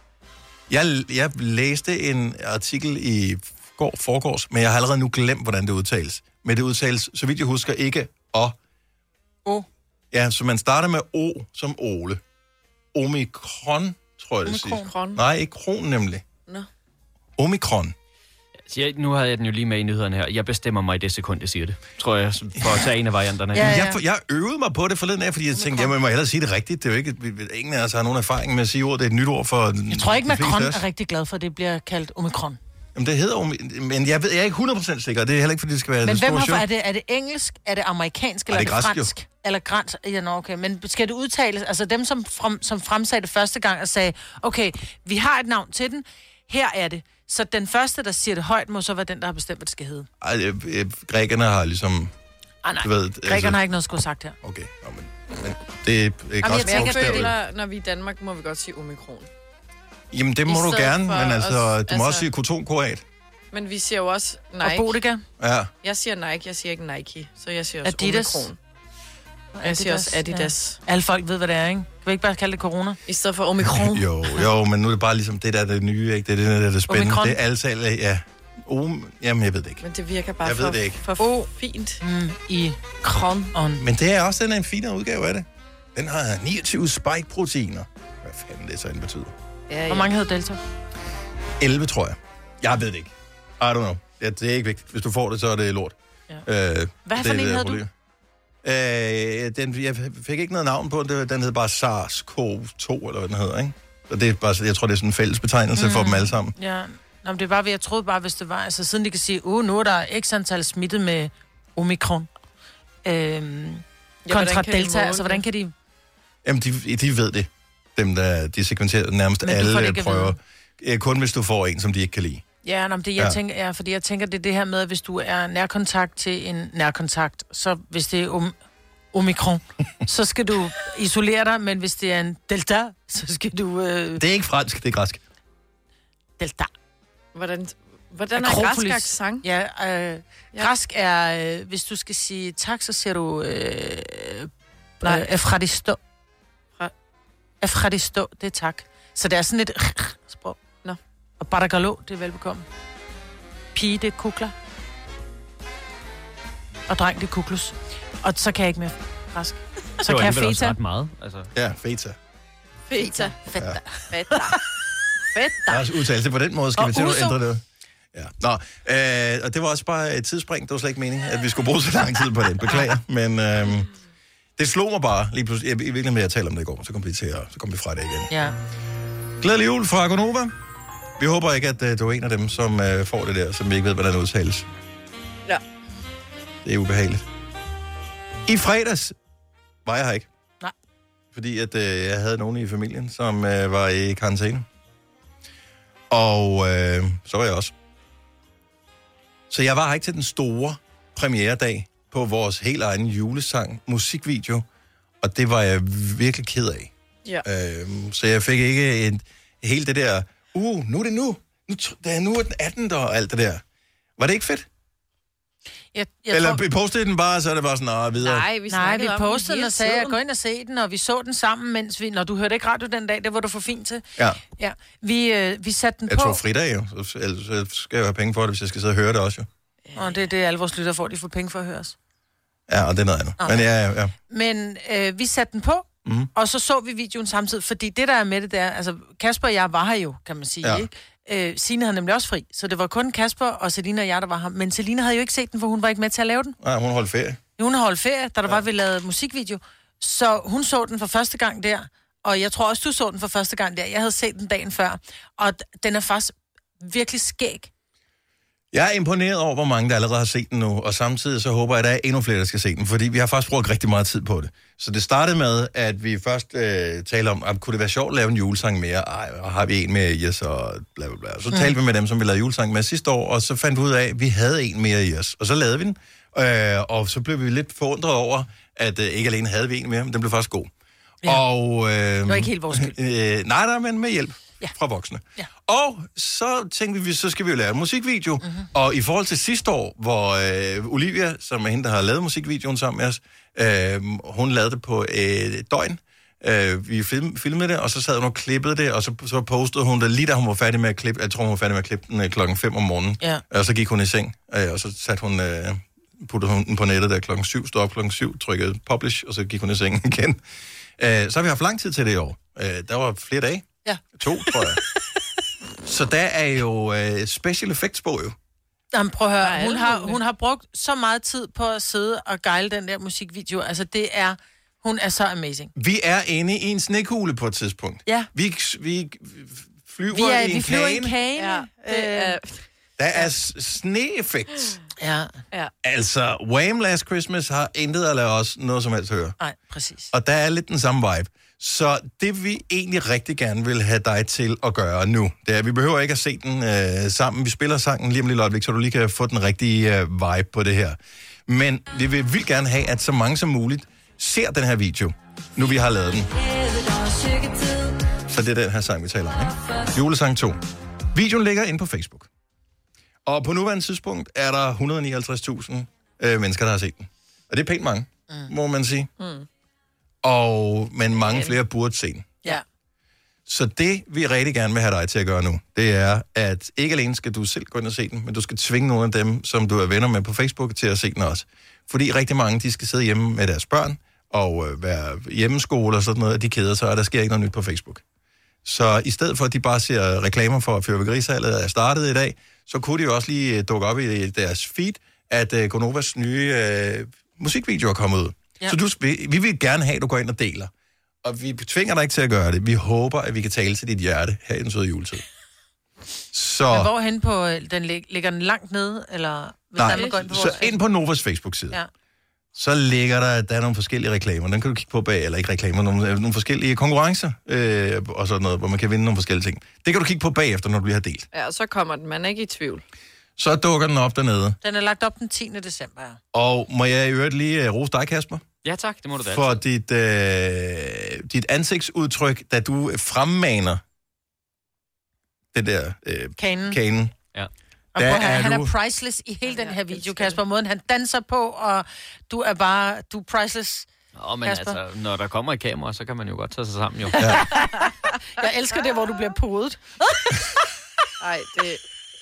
Speaker 1: Jeg læste en artikel i forgårs, men jeg har allerede nu glemt, hvordan det udtales. Men det udtales, så vidt jeg husker, ikke
Speaker 2: O.
Speaker 1: Ja, så man starter med O som Ole. Omikron, tror jeg det siger. Nej, ikke kron nemlig.
Speaker 3: Nå.
Speaker 1: Omikron.
Speaker 4: Nu havde jeg den jo lige med i nyhederne her. Jeg bestemmer mig i det sekund, jeg siger det. Tror jeg, for at tage en af varianterne.
Speaker 1: Jeg øvede mig på det forleden af, fordi jeg tænkte, jeg må hellere sige det rigtigt. Det er jo ikke, ingen af os har nogen erfaring med at sige ordet. Det er et nyt ord for...
Speaker 2: Jeg tror ikke, Macron er rigtig glad for, at det bliver kaldt Omikron.
Speaker 1: Jamen, det hedder men jeg er ikke 100% sikker. Det er heller ikke, fordi det skal være...
Speaker 2: Men hvem har er det engelsk, er det amerikansk, eller er det fransk? Jo. Eller græns? Ja, nå, okay. Men skal det udtales? Altså dem, som fremsagde det første gang og sagde, okay, vi har et navn til den, her er det. Så den første, der siger det højt, må så være den, der har bestemt, hvad det skal hedde.
Speaker 1: Grækerne har ligesom...
Speaker 2: nej. Grækerne har ikke noget skulle sagt her.
Speaker 1: Okay, men det er godt.
Speaker 3: Jeg føler, når vi er i Danmark, må vi godt sige Omikron.
Speaker 1: Jamen, det må du gerne, men altså, du må også sige kotonkoat.
Speaker 3: Men vi siger jo også Nike.
Speaker 2: Og Bodega.
Speaker 1: Ja.
Speaker 3: Jeg siger Nike, jeg siger ikke Nike, så jeg siger også
Speaker 2: Adidas.
Speaker 3: Omikron. Jeg siger også Adidas.
Speaker 2: Ja. Alle folk ved, hvad det er, ikke? Kan vi ikke bare kalde det corona?
Speaker 3: I stedet for Omikron.
Speaker 1: jo, men nu er det bare ligesom det der det nye, ikke? Det er det der spændende.
Speaker 2: Omikron.
Speaker 1: Det er alle tal, ja. Jamen, jeg ved det ikke.
Speaker 3: Men det virker bare for fint.
Speaker 2: I kron.
Speaker 1: Men det er også en finere udgave af det. Den har 29 spike-proteiner. Hvad fanden det så end betyder.
Speaker 2: Ja. Hvor mange hedder Delta?
Speaker 1: 11, tror jeg. Jeg ved det ikke. I don't know. Ja, det er ikke vigtigt. Hvis du får det, så er det lort.
Speaker 2: Ja. Hvad for en havde du?
Speaker 1: Jeg fik ikke noget navn på den. Den hed bare SARS-CoV-2, eller hvad den hedder, ikke? Og det er bare, jeg tror, det er sådan en fælles betegnelse for dem alle sammen.
Speaker 2: Ja. Nå, men det er bare, jeg troede bare, hvis det var... Altså, siden de kan sige, nu er der x antal smittet med Omikron. Kontra Delta. Altså, hvordan kan de...
Speaker 1: Jamen, de ved det. Dem, de sekventerer nærmest alle prøver. Kun hvis du får en, som de ikke kan lide.
Speaker 2: Ja, men det, fordi jeg tænker, det er det her med, at hvis du er nærkontakt til en nærkontakt, så hvis det er Omikron, så skal du isolere dig, men hvis det er en Delta, så skal du...
Speaker 1: Det er ikke fransk, det er græsk.
Speaker 2: Delta.
Speaker 3: Hvordan er græsk accent?
Speaker 2: Ja, græsk er, hvis du skal sige tak, så siger du Efradisto. Efradisto, det er tak. Så det er sådan et sprog.
Speaker 3: Nå.
Speaker 2: Og Baragalo, det er velbekomme. Pige, det er kukler. Og dreng, det er kuklus. Og så kan jeg ikke mere græsk. Så kan jeg feta.
Speaker 4: Ret meget, altså.
Speaker 1: Ja, feta.
Speaker 3: Feta.
Speaker 2: Feta.
Speaker 1: Ja.
Speaker 3: Feta.
Speaker 1: Der er også udtalelse på den måde, skal vi til at ændre det. Ja. Nå, og det var også bare et tidsspring. Det var slet ikke meningen, at vi skulle bruge så lang tid på den. Beklager, men det slog mig bare lige pludselig. Jeg virkelig med at tale om det i går, så kom vi fra det igen.
Speaker 2: Ja.
Speaker 1: Glædelig jul fra Gonova. Vi håber ikke, at du er en af dem, som får det der, som vi ikke ved, hvordan udtales.
Speaker 3: Ja.
Speaker 1: Det er ubehageligt. I fredags var jeg her ikke.
Speaker 2: Nej.
Speaker 1: Fordi at jeg havde nogen i familien, som var i karantæne. Og så var jeg også. Så jeg var her ikke til den store premieredag på vores helt egen julesang musikvideo. Og det var jeg virkelig ked af.
Speaker 3: Ja.
Speaker 1: Så jeg fik ikke helt det der, nu er det nu. Nu er den 18. og alt det der. Var det ikke fedt? Vi postede den bare, så er det bare sådan, videre.
Speaker 2: Nej, vi postede den og sagde, gå ind og se den, og vi så den sammen, mens vi... Når du hørte ikke radio den dag, det var du for fint til. Ja. Vi satte den på...
Speaker 1: Jeg tog fridag jo, så skal jeg jo have penge for det, hvis jeg skal sidde og høre det også jo.
Speaker 2: Og det er det, alle vores lytter får, de får penge for at høre os.
Speaker 1: Ja, og det er noget andet.
Speaker 2: Okay. Men vi satte den på, og så vi videoen samtidig, fordi det, der er med det, der... Altså, Kasper og jeg var her jo, kan man sige, ikke? Signe havde nemlig også fri, så det var kun Kasper og Selina og jeg, der var her. Men Selina havde jo ikke set den, for hun var ikke med til at lave den.
Speaker 1: Nej, hun holdt ferie.
Speaker 2: Hun har holdt ferie, da der var, vi lavede musikvideo. Så hun så den for første gang der, og jeg tror også, du så den for første gang der. Jeg havde set den dagen før, og den er faktisk virkelig skæg.
Speaker 1: Jeg er imponeret over, hvor mange der allerede har set den nu, og samtidig så håber jeg, at der er endnu flere, der skal se den, fordi vi har faktisk brugt rigtig meget tid på det. Så det startede med, at vi først talte om, kunne det være sjovt at lave en julesang mere? Ej, og har vi en mere i os, og bla bla bla. Så talte vi med dem, som vi lavede julesang med sidste år, og så fandt vi ud af, at vi havde en mere i os. Og så lavede vi den, og så blev vi lidt forundret over, at ikke alene havde vi en mere, men den blev faktisk god.
Speaker 2: Ja.
Speaker 1: Og,
Speaker 2: det var ikke helt vores skyld.
Speaker 1: Nej, men med hjælp fra voksne. Ja. Og så tænkte vi, så skal vi jo lave en musikvideo. Mm-hmm. Og i forhold til sidste år, hvor Olivia, som er hende, der har lavet musikvideoen sammen med os, hun lavede det på et døgn. Vi filmede det, og så sad hun og klippede det, og så postede hun det lige da hun var færdig med at klippe. Jeg tror, hun var færdig med at klippe den klokken 5 om morgenen. Ja. Og så gik hun i seng, og så satte hun... puttede hun den på nettet der klokken 7, stod op klokken 7, trykkede publish, og så gik hun i sengen igen. Så har vi haft lang tid til det i år. Der var flere dage.
Speaker 2: Ja.
Speaker 1: 2, tror jeg. Så der er jo special effects på jo.
Speaker 2: Jamen, prøv at høre. Hun har brugt så meget tid på at sidde og gejle den der musikvideo. Altså, hun er så amazing.
Speaker 1: Vi er inde i en snekugle på et tidspunkt.
Speaker 2: Ja.
Speaker 1: Vi flyver i en kane.
Speaker 2: Ja.
Speaker 1: Der er sne-effekt.
Speaker 2: Ja.
Speaker 1: Altså, Wham! Last Christmas har intet at lade os noget som helst høre.
Speaker 2: Nej, præcis.
Speaker 1: Og der er lidt den samme vibe. Så det vi egentlig rigtig gerne vil have dig til at gøre nu, det er, at vi behøver ikke at se den sammen. Vi spiller sangen lige om lidt øjeblik, så du lige kan få den rigtige vibe på det her. Men vi vil vildt gerne have, at så mange som muligt ser den her video, nu vi har lavet den. Så det er den her sang, vi taler om, ikke? Julesang 2. Videoen ligger inde på Facebook. Og på nuværende tidspunkt er der 159.000 mennesker, der har set den. Og det er pænt mange, må man sige. Men mange flere burde se den.
Speaker 2: Ja.
Speaker 1: Så det, vi rigtig gerne vil have dig til at gøre nu, det er, at ikke alene skal du selv gå ind og se den, men du skal tvinge nogle af dem, som du er venner med på Facebook, til at se den også. Fordi rigtig mange, de skal sidde hjemme med deres børn og være hjemmeskole og sådan noget, og de keder sig, og der sker ikke noget nyt på Facebook. Så i stedet for, at de bare ser reklamer for, at fyrværkerisalget er startet i dag, så kunne de jo også lige dukke op i deres feed, at Gonovas nye musikvideo er kommet ud. Ja. Så vi vil gerne have, at du går ind og deler. Og vi tvinger dig ikke til at gøre det. Vi håber, at vi kan tale til dit hjerte her i den søde juletid. Så...
Speaker 2: Men hvorhen på... Ligger den langt nede, eller...
Speaker 1: Nej, så ind på Novas Facebook-side. Ja. Så ligger der er nogle forskellige reklamer. Den kan du kigge på bag, eller ikke reklamer, nogle forskellige konkurrencer, og sådan noget, hvor man kan vinde nogle forskellige ting. Det kan du kigge på bagefter, når du lige har delt.
Speaker 3: Ja, og så kommer den, man er ikke i tvivl.
Speaker 1: Så dukker den op dernede.
Speaker 2: Den er lagt op den 10. december.
Speaker 1: Og må jeg i øvrigt lige rose dig, Kasper?
Speaker 4: Ja tak, det må du da.
Speaker 1: For dit ansigtsudtryk, da du fremmaner det der kanen.
Speaker 2: Ja. Og han er priceless i hele den her video, Kasper. Måden han danser på, og du er priceless.
Speaker 4: Men Kasper. Altså, når der kommer et kamera, så kan man jo godt tage sig sammen, jo.
Speaker 1: Ja.
Speaker 2: Jeg elsker det, hvor du bliver podet.
Speaker 3: Ej, det...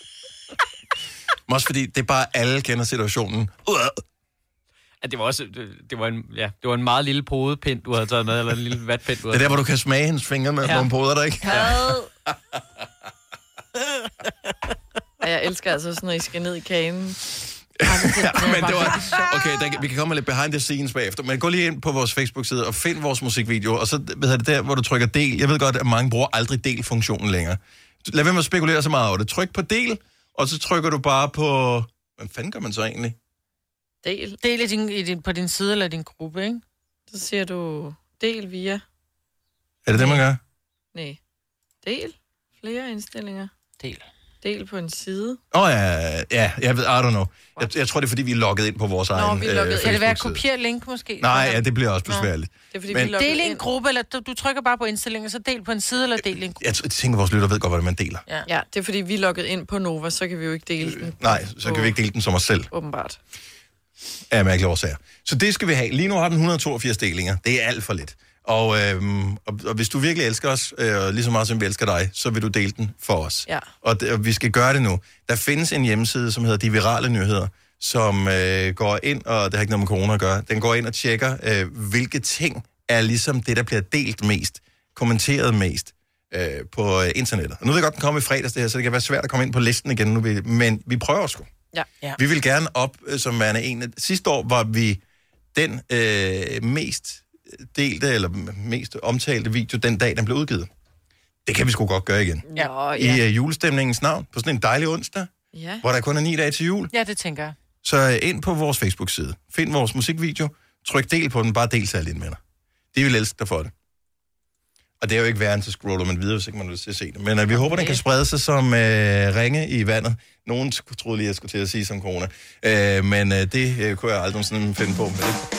Speaker 1: Også fordi det er bare, alle kender situationen.
Speaker 4: Ja, det var også det var en meget lille podepind, du havde taget med, eller en lille vatpind, du havde.
Speaker 1: Det er der, hvor du kan smage hendes fingre med nogle poder, der ikke?
Speaker 3: Ja, jeg elsker altså sådan, når I skal ned i kagen.
Speaker 1: Men det var... Okay, vi kan komme med lidt behind the scenes bagefter, men gå lige ind på vores Facebook-side og find vores musikvideo, og så det der, hvor du trykker del. Jeg ved godt, at mange bruger aldrig del-funktionen længere. Lad være med at spekulere så meget over det. Tryk på del, og så trykker du bare på... Hvad fanden gør man så egentlig?
Speaker 2: Del på din side eller din gruppe, ikke?
Speaker 3: Så siger du del via...
Speaker 1: Er det det, man gør?
Speaker 3: Nej. Del. Flere indstillinger. Del på en side.
Speaker 1: Ja, jeg ved, I don't know. Jeg tror, det er, fordi vi er logget ind på vores egen Facebook-side.
Speaker 2: Kan det være at kopiere link, måske?
Speaker 1: Nej, ja, det bliver også besværligt.
Speaker 3: Det er, fordi vi
Speaker 2: del i en gruppe, eller du trykker bare på indstillinger, så del på en side, eller del i en gruppe.
Speaker 1: Jeg tænker, vores lytter ved godt, hvordan man deler.
Speaker 3: Ja, det er, fordi vi er logget ind på Nova, så kan vi jo ikke dele den.
Speaker 1: Nej, så kan vi ikke dele den som os selv.
Speaker 3: Åbenbart.
Speaker 1: Ja, mærkelige årsager. Så det skal vi have. Lige nu har den 182 delinger. Det er alt for lidt. Og hvis du virkelig elsker os, lige så meget som vi elsker dig, så vil du dele den for os.
Speaker 3: Ja.
Speaker 1: Og vi skal gøre det nu. Der findes en hjemmeside, som hedder De Virale Nyheder, som går ind, og det har ikke noget med corona at gøre, den går ind og tjekker, hvilke ting er ligesom det, der bliver delt mest, kommenteret mest på internettet. Og nu ved jeg godt, den kommer i fredags det her, så det kan være svært at komme ind på listen igen nu, men vi prøver sgu.
Speaker 3: Ja.
Speaker 1: Vi vil gerne op, som værende en. Sidste år var vi den mest delte eller mest omtalte video den dag, den blev udgivet. Det kan vi sgu godt gøre igen.
Speaker 3: Ja.
Speaker 1: I julestemningens navn, på sådan en dejlig onsdag,
Speaker 3: Ja.
Speaker 1: hvor der kun er 9 dage til jul.
Speaker 2: Ja, det tænker jeg.
Speaker 1: Så ind på vores Facebook-side. Find vores musikvideo. Tryk del på den. Bare del til alle dine venner. De vil elske dig for det. Og det er jo ikke værre end, så scroller man videre, hvis ikke man vil se det. Men vi håber, den kan sprede sig som ringe i vandet. Nogen troede lige, jeg skulle til at sige som corona. Men det kunne jeg aldrig sådan finde på.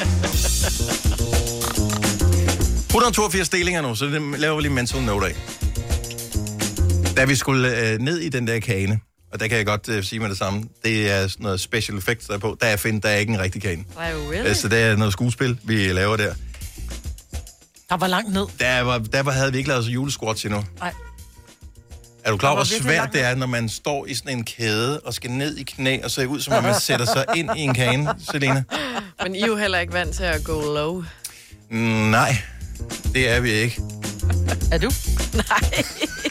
Speaker 1: 182 delinger nu, så det laver vi lige mental note af. Da vi skulle ned i den der kane, og der kan jeg godt sige med det samme, det er noget special effects der er på. Der er ikke en rigtig kane.
Speaker 3: Really?
Speaker 1: Så det er noget skuespil, vi laver der.
Speaker 2: Der var langt ned.
Speaker 1: Der havde vi ikke lavet så julesquats endnu.
Speaker 2: Nej.
Speaker 1: Er du klar over, hvor svært det er, når man står i sådan en kæde og skal ned i knæ, og ser ud, som om man sætter sig ind i en kane, Selena?
Speaker 3: Men I er jo heller ikke vant til at gå low.
Speaker 1: Nej, det er vi ikke.
Speaker 2: Er du?
Speaker 3: Nej.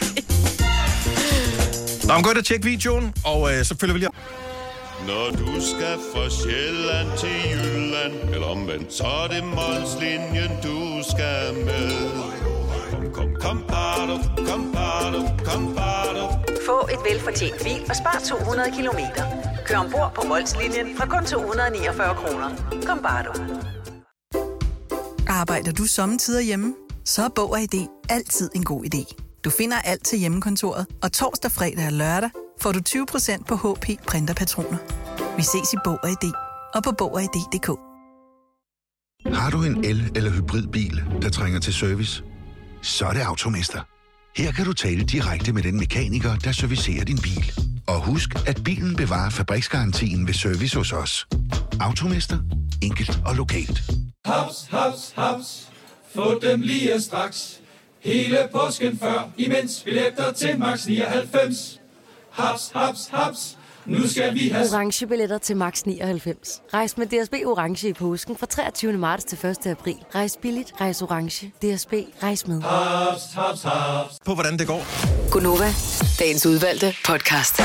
Speaker 1: Nå, gå ind og tjek videoen, og så følger vi lige.
Speaker 13: Når du skal fra Sjælland til Jylland, eller omvendt, så er det Molslinjen, du skal med. Kom, bado, kom, bado.
Speaker 9: Få et velfortjent bil og spar 200 kilometer. Kør ombord på Molslinjen fra kun 249 kroner. Kom, bare du.
Speaker 14: Arbejder du sommetider hjemme? Så er Bog og ID altid en god idé. Du finder alt til hjemmekontoret, og torsdag, fredag og lørdag får du 20% på HP printerpatroner. Vi ses i Bog og ID og på Bog og ID.dk.
Speaker 6: Har du en el- eller hybridbil, der trænger til service? Så er det Automester. Her kan du tale direkte med den mekaniker, der servicerer din bil. Og husk, at bilen bevarer fabriksgarantien ved service hos os. Automester. Enkelt og lokalt.
Speaker 15: Haps, haps, haps. Få dem lige straks. Hele påsken før, imens billetter til max 99. Haps, haps, haps. Nu skal vi have
Speaker 16: orange billetter til max 99. Rejs med DSB orange i påsken fra 23. marts til 1. april. Rejs billigt, rejs orange. DSB, rejs med.
Speaker 15: haps, haps, haps.
Speaker 1: På hvordan det går.
Speaker 9: Gunova, dagens udvalgte podcast.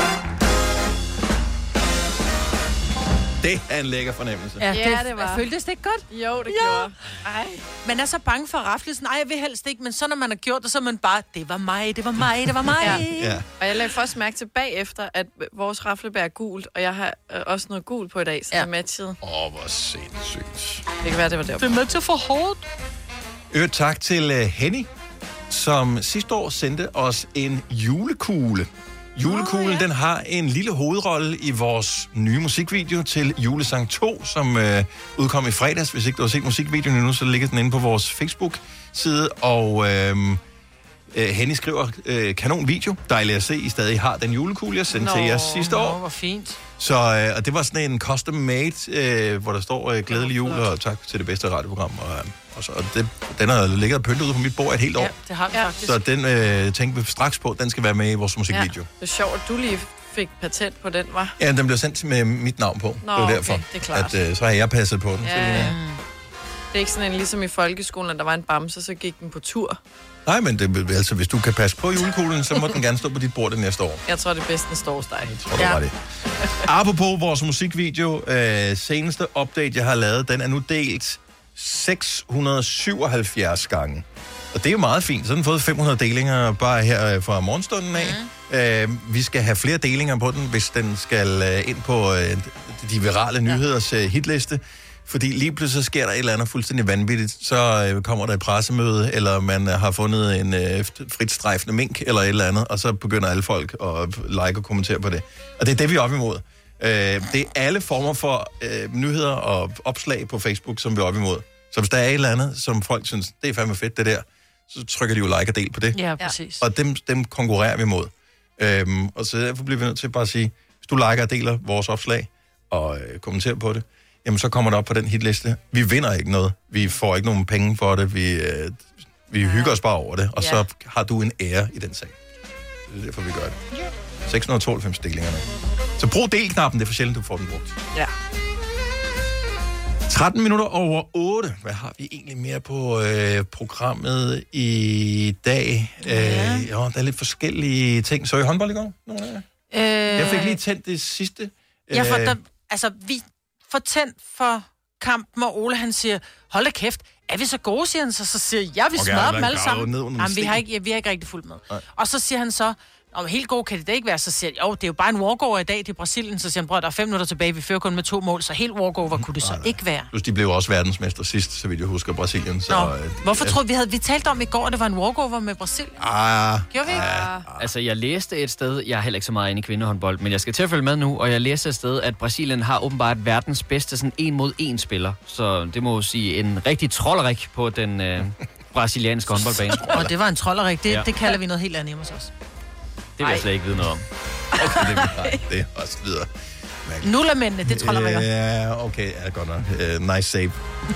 Speaker 1: Det er en lækker fornemmelse.
Speaker 2: Ja, det var. Føltes det ikke godt?
Speaker 3: Jo, det gjorde.
Speaker 2: Ej. Man er så bange for raflelsen. Ej, jeg vil helst ikke, men så når man har gjort det, så er man bare, det var mig, det var mig, det var mig.
Speaker 1: Ja.
Speaker 3: Og jeg lagde først mærke til bagefter, at vores raflebær er gult, og jeg har også noget gult på i dag, så det er matchet.
Speaker 1: Hvor sindssygt.
Speaker 3: Det kan være, det var derfor.
Speaker 2: Det er med til for hårdt.
Speaker 1: Tak til Henny, som sidste år sendte os en julekugle. Julekuglen, den har en lille hovedrolle i vores nye musikvideo til Julesang 2, som udkom i fredags. Hvis ikke du har set musikvideoen endnu, så ligger den inde på vores Facebook-side. Og Henny skriver, kanon video. Dejligt at se, I stadig har den julekugle, jeg sendte til jer sidste år.
Speaker 2: Hvor fint.
Speaker 1: Så og det var sådan en custom made, hvor der står glædelig jul og tak til det bedste radioprogram. Og den har ligget og pyntet ude på mit bord et helt år.
Speaker 2: Ja, det har vi faktisk.
Speaker 1: Så den tænker vi straks på, den skal være med i vores musikvideo.
Speaker 3: Ja, det er sjovt, at du lige fik patent på den, var?
Speaker 1: Ja, den blev sendt med mit navn på.
Speaker 3: Nå,
Speaker 1: det var derfor,
Speaker 3: okay, det er klart.
Speaker 1: at så har jeg passet på den.
Speaker 3: Ja. Det er ikke sådan en, ligesom i folkeskolen, at der var en bamse, så gik den på tur.
Speaker 1: Nej, men det, altså, hvis du kan passe på julekuglen, så må den gerne stå på dit bord det næste år.
Speaker 3: Jeg tror, det bedste står hos dig.
Speaker 1: Jeg tror, det var det. Apropos vores musikvideo, seneste update, jeg har lavet, den er nu delt 677 gange. Og det er jo meget fint. Så har den fået 500 delinger bare her fra morgenstunden af. Vi skal have flere delinger på den, hvis den skal ind på de virale nyheders hitliste. Fordi lige pludselig sker der et eller andet fuldstændig vanvittigt. Så kommer der et pressemøde, eller man har fundet en fritstrejfende mink, eller et eller andet, og så begynder alle folk at like og kommentere på det. Og det er det, vi er op imod. Det er alle former for nyheder og opslag på Facebook, som vi er op imod. Så hvis der er et eller andet, som folk synes, det er fandme fedt, det der, så trykker de jo like og del på det.
Speaker 2: Ja, præcis.
Speaker 1: Og dem konkurrerer vi mod. Og så derfor bliver vi nødt til bare at sige, hvis du liker og deler vores opslag, og kommenterer på det, jamen så kommer det op på den hitliste. Vi vinder ikke noget. Vi får ikke nogen penge for det. Vi hygger os bare over det, og så har du en ære i den sag. Det er derfor, vi gør det. 692 delinger nu. Så brug delknappen, det er for sjældent, du får den brugt.
Speaker 3: Ja.
Speaker 1: 13 minutter over 8. Hvad har vi egentlig mere på programmet i dag? Der er lidt forskellige ting. Så I håndbold i går? Jeg fik lige tændt det sidste.
Speaker 2: Vi får tændt for kampen, og Ole han siger, hold da kæft, er vi så gode, siger han så siger jeg, vi smadrer dem alle sammen. Jamen, vi har ikke rigtig fulgt med. Nej. Og så siger han så, om helt god kan det ikke være, så siger jeg, det er jo bare en walkover i dag til Brasilien, så siger han, bror, der er 5 minutter tilbage, vi fører kun med 2 mål, så helt walkover kunne det så ikke være.
Speaker 1: Plus de blev også verdensmester sidst, så vidt jeg husker, Brasilien. Så,
Speaker 2: hvorfor troede vi talte om i går, at det var en walkover med Brasilien? Gjorde vi ikke?
Speaker 4: Altså, jeg læste et sted, jeg er heller ikke så meget inde i kvindehåndbold, men jeg skal til at følge med nu, og jeg læste et sted, at Brasilien har åbenbart verdens bedste sådan 1-mod-1 spiller, så det må jo sige en rigtig trollerik på den brasilianske håndboldbane.
Speaker 2: Og det var en trollerik, det kalder vi noget helt andet hjemme hos os.
Speaker 4: Det vil jeg slet ikke vide noget om.
Speaker 1: Okay, det er også videre.
Speaker 2: Nullermændene, det trollerikker.
Speaker 1: Ja, okay, ja, godt nok. Nice save.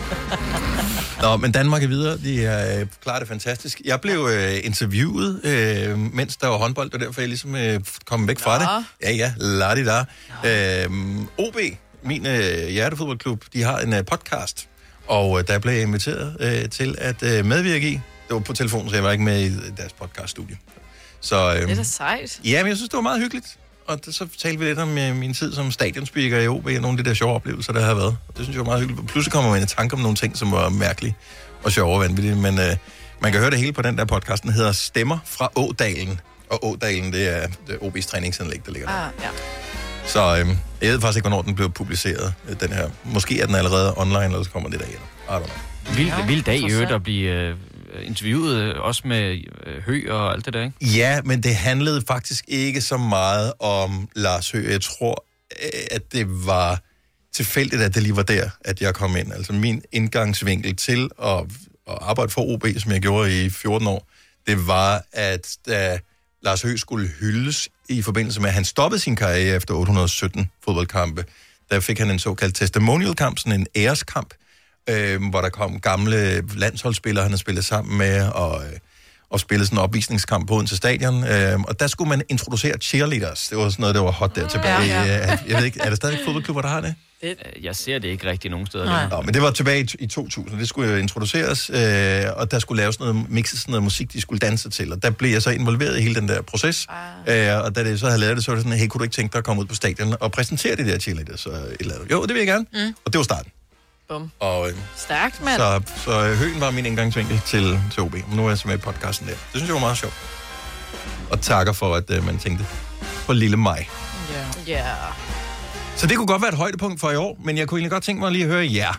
Speaker 1: Nå, men Danmark er videre. De er klaret det fantastisk. Jeg blev interviewet, mens der var håndbold, og derfor jeg ligesom kom væk fra det. Ja, la-di-da. OB, min hjertefodboldklub, de har en podcast, og der blev jeg inviteret til at medvirke i. Det var på telefonen, så jeg var ikke med i deres podcaststudie. Så,
Speaker 3: det er da sejt.
Speaker 1: Ja, men jeg synes, det var meget hyggeligt. Og så talte vi lidt om min tid som stadionspeaker i OB, og nogle af de der sjove oplevelser, der har været. Og det synes jeg var meget hyggeligt. Pludselig kommer man i tanke om nogle ting, som var mærkelige og sjove og vanvittige. Men man kan høre det hele på den der podcast. Den hedder Stemmer fra Ådalen. Og Ådalen, det er OB's træningsanlæg, der ligger der.
Speaker 3: Ja.
Speaker 1: Så jeg ved faktisk ikke, hvornår den blev publiceret, den her. Måske er den allerede online, eller så kommer det derhjemme. I don't know.
Speaker 4: Vild dag i øvrigt at blive interviewet, også med Høgh og alt det der, ikke?
Speaker 1: Ja, men det handlede faktisk ikke så meget om Lars Høgh. Jeg tror, at det var tilfældigt, at det lige var der, at jeg kom ind. Altså min indgangsvinkel til at arbejde for OB, som jeg gjorde i 14 år, det var, at da Lars Høgh skulle hyldes i forbindelse med, at han stoppede sin karriere efter 817 fodboldkampe, der fik han en såkaldt testimonial-kamp, sådan en æreskamp, hvor der kom gamle landsholdsspillere, han havde spillet sammen med, og spillede sådan en opvisningskamp på Odense Stadion. Og der skulle man introducere cheerleaders. Det var sådan noget, der var hot der tilbage. Jeg ved ikke, er der stadig fodboldklubber, der har det?
Speaker 4: Jeg ser det ikke rigtig nogen steder.
Speaker 1: Nå, men det var tilbage i 2000, det skulle introduceres, og der skulle laves noget, mixes sådan noget musik, de skulle danse til, og der blev jeg så involveret i hele den der proces, og da det så havde lavet det, så var det sådan, hey, kunne du ikke tænke dig at komme ud på stadion og præsentere de der cheerleaders? Jo, det vil jeg gerne, og det var starten. Og,
Speaker 3: stærkt, mand.
Speaker 1: Så Høgh var min indgangsvinkel til OB. Nu er jeg så med i podcasten der. Det synes jeg var meget sjovt. Og takker for, at man tænkte på lille mig.
Speaker 3: Ja.
Speaker 1: Så det kunne godt være et højdepunkt for i år, men jeg kunne egentlig godt tænke mig lige at høre jer.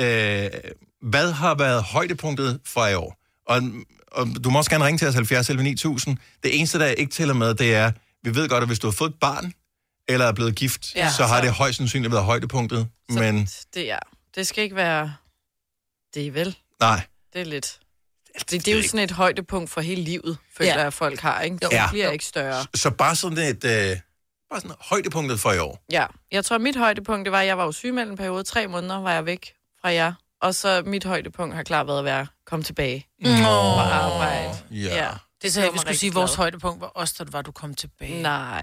Speaker 1: Hvad har været højdepunktet fra i år? Og du må også gerne ringe til os 70 11 9000. Det eneste, der ikke tæller med, det er, vi ved godt, at hvis du har fået et barn, eller er blevet gift, så har det højst sandsynligt været højdepunktet.
Speaker 3: Så
Speaker 1: men
Speaker 3: det skal ikke være det, vel?
Speaker 1: Nej.
Speaker 3: Det er lidt. Det er jo sådan et højdepunkt for hele livet, føler jeg, folk har, ikke? Det bliver ikke større.
Speaker 1: Så bare sådan bare sådan højdepunktet for i år.
Speaker 3: Ja, jeg tror, mit højdepunkt, det var, at jeg var jo sygemeldt en periode. 3 måneder var jeg væk fra jer. Og så mit højdepunkt har klart været at være komme tilbage og arbejde.
Speaker 1: Ja.
Speaker 2: Det så jeg, vi skulle sige, at vores højdepunkt var også, da du kom tilbage.
Speaker 3: Nej.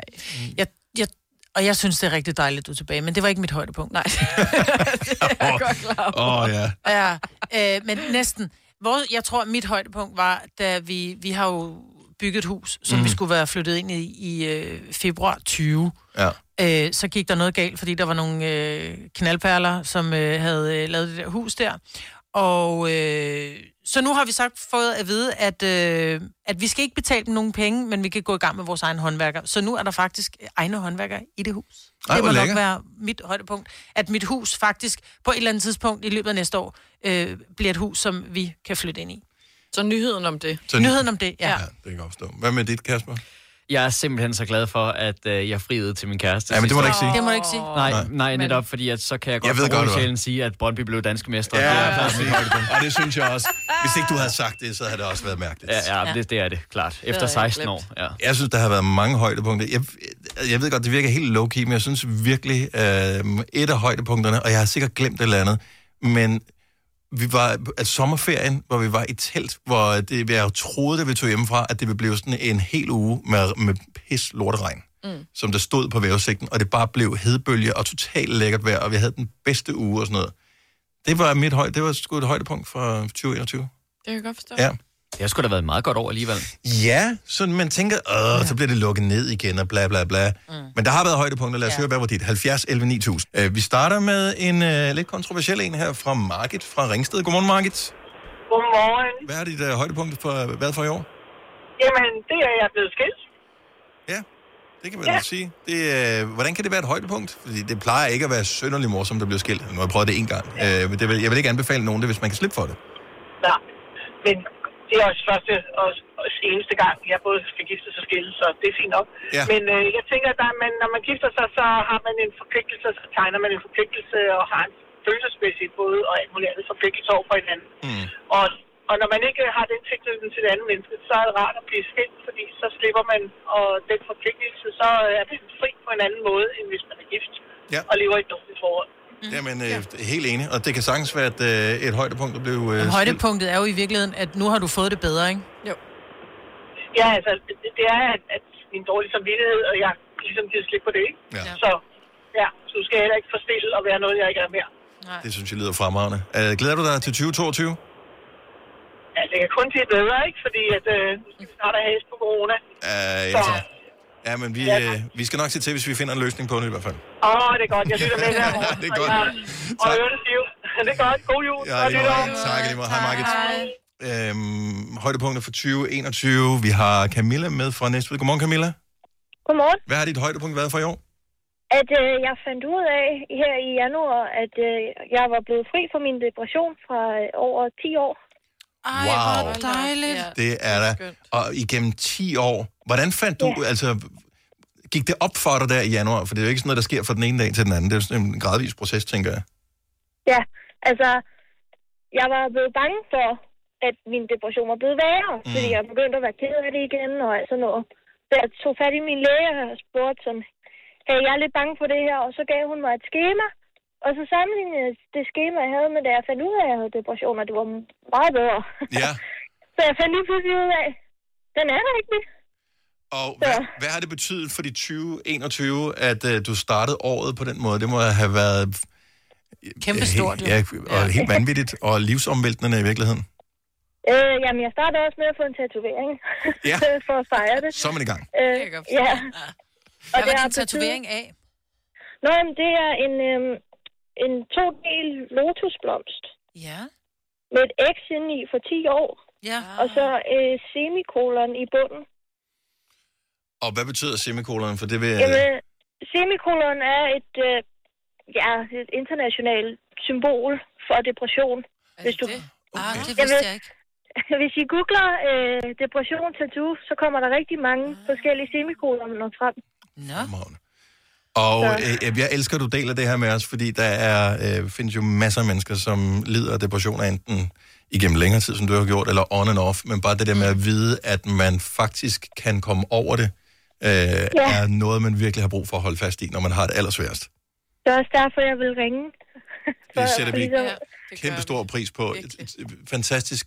Speaker 2: Og jeg synes, det er rigtig dejligt, at du er tilbage, men det var ikke mit højdepunkt.
Speaker 3: Nej, det er jeg godt klar over.
Speaker 2: Ja, men næsten. Jeg tror, mit højdepunkt var, da vi har jo bygget et hus, som vi skulle være flyttet ind i februar 20.
Speaker 1: Ja.
Speaker 2: Så gik der noget galt, fordi der var nogle knaldperler, som havde lavet det der hus der. Og så nu har vi fået at vide, at vi skal ikke betale dem nogen penge, men vi kan gå i gang med vores egen håndværker. Så nu er der faktisk egne håndværkere i det hus. Det må nok være mit højdepunkt. At mit hus faktisk på et eller andet tidspunkt i løbet af næste år bliver et hus, som vi kan flytte ind i.
Speaker 3: Så nyheden om det.
Speaker 2: Nyheden om det, ja.
Speaker 1: Det kan jeg forstå. Hvad med dit, Kasper?
Speaker 4: Jeg er simpelthen så glad for, at jeg friede til min kæreste.
Speaker 1: Ja, men det må du ikke sige.
Speaker 2: Det må du ikke sige.
Speaker 4: Nej, netop, fordi at, så kan jeg godt for sjælen sige, at Brøndby blev danske mestre.
Speaker 1: Ja, og det synes jeg også. Hvis ikke du havde sagt det, så havde det også været mærkeligt.
Speaker 4: Ja. Det er det, klart. Efter 16 år. Ja.
Speaker 1: Jeg synes, der har været mange højdepunkter. Jeg ved godt, det virker helt low-key, men jeg synes virkelig, et af højdepunkterne, og jeg har sikkert glemt et eller andet, men vi var sommerferien, hvor vi var i telt, hvor jeg troede, da vi tog hjemmefra, at det ville blive sådan en hel uge med pis lorteregn, som der stod på vejrudsigten, og det bare blev hedebølge og totalt lækkert vejr, og vi havde den bedste uge og sådan noget. Det var sgu et højdepunkt fra 2021. Det
Speaker 3: kan jeg godt forstå.
Speaker 1: Ja.
Speaker 4: Det har sgu da været et meget godt år alligevel.
Speaker 1: Ja, så man tænker, så bliver det lukket ned igen og bla bla bla. Men der har været højdepunkter. Lad os høre, hvad var dit? 70 11 9000. Vi starter med en lidt kontroversiel en her fra Margit fra Ringsted. Godmorgen, Margit.
Speaker 12: Godmorgen.
Speaker 1: Hvad er dit højdepunkt for hvad for i år?
Speaker 12: Jamen, det er jeg blevet skilt.
Speaker 1: Det kan man jo sige. Hvordan kan det være et højdepunkt? Fordi det plejer ikke at være synderligt morsomt, der bliver skilt. Nu har jeg prøvet det en gang. Men jeg vil ikke anbefale nogen det, hvis man kan slippe for det.
Speaker 12: Ja, men det er også første og eneste gang, jeg både skal gifte sig og skille, så det er fint nok. Ja. Men jeg tænker, at når man gifter sig, så har man en forpligtelse, så tegner man en forpligtelse og har en følelsesmæssig både og alt muligt andet forpligtelse over for hinanden. Og når man ikke har den tilknytning til det andet menneske, så er det rart at blive skilt, fordi så slipper man, og den forpligtelse, så er man fri på en anden måde, end hvis man er gift og lever i et dårligt forhold.
Speaker 1: Jamen, helt enig. Og det kan sagtens være et højdepunkt, der blev
Speaker 2: højdepunktet er jo i virkeligheden, at nu har du fået det bedre, ikke?
Speaker 3: Jo.
Speaker 12: Ja, altså, det er, at min dårlige samvittighed, og jeg ligesom giver slip på det, ikke? Ja. Så du skal heller ikke forstille og være noget, jeg ikke er mere.
Speaker 1: Nej. Det synes jeg lyder fremragende. Glæder du dig til 2022?
Speaker 12: Ja, det kan kun blive bedre, ikke? Fordi at nu skal vi snart have hæst på corona.
Speaker 1: Ja, men vi skal nok se til, hvis vi finder en løsning på det i hvert fald.
Speaker 12: Det er godt. Jeg lytter med her.
Speaker 1: Det er godt.
Speaker 12: Og ørerne stiv. Det er godt. God jul.
Speaker 1: Ja, tak lige meget. Hej, Margit. Højdepunkter for 2021. Vi har Camilla med fra Næstved. Godmorgen, Camilla.
Speaker 17: Godmorgen.
Speaker 1: Hvad har dit højdepunkt været for i år?
Speaker 17: At jeg fandt ud af her i januar, at jeg var blevet fri fra min depression fra over 10 år.
Speaker 2: Ej,
Speaker 1: wow.
Speaker 2: Hvor dejligt.
Speaker 1: Det er der. Og igennem 10 år. Hvordan fandt du, gik det op for dig der i januar? For det er jo ikke sådan noget, der sker fra den ene dag til den anden. Det er jo sådan en gradvis proces, tænker jeg.
Speaker 17: Ja, altså, jeg var blevet bange for, at min depression var blevet værre. Fordi jeg begyndte at være ked af det igen og alt sådan noget. Så jeg tog fat i min læge og spurgte sådan, hey, jeg er lidt bange for det her. Og så gav hun mig et skema. Og så sammenlignede det skema, jeg havde med, da jeg fandt ud af, at jeg havde depression, og det var meget bedre. Ja. Så jeg fandt lige pludselig ud af, den er der ikke.
Speaker 1: Og hvad har det betydet for de 2021, at du startede året på den måde? Det må have været
Speaker 2: kæmpestort, jo.
Speaker 1: Ja, og helt vanvittigt og livsomvæltende i virkeligheden.
Speaker 17: Jamen, jeg startede også med at få en tatovering.
Speaker 1: Ja.
Speaker 17: For at fejre det.
Speaker 1: Så er man i gang.
Speaker 17: Ja.
Speaker 2: Og hvad var din tatovering af?
Speaker 17: Nå, jamen, det er en 2-del lotusblomst.
Speaker 2: Ja.
Speaker 17: Med et X indeni for 10 år.
Speaker 2: Ja.
Speaker 17: Og så semikolon i bunden.
Speaker 1: Og hvad betyder semikolon? For det vil...
Speaker 17: Jamen, semikolon er et internationalt symbol for depression. Hvis du...
Speaker 2: Okay. Det vidste jeg ikke.
Speaker 17: Hvis I googler depression tattoo, så kommer der rigtig mange forskellige semikoloner frem.
Speaker 2: Nå.
Speaker 1: Og jeg elsker, at du deler det her med os, fordi der findes jo masser af mennesker, som lider af depressioner, enten igennem længere tid, som du har gjort, eller on and off, men bare det der med at vide, at man faktisk kan komme over det, er noget, man virkelig har brug for at holde fast i, når man har det allersværest.
Speaker 17: Det er også derfor, jeg vil ringe.
Speaker 1: Det sætter vi kæmpe stor pris på. Fantastisk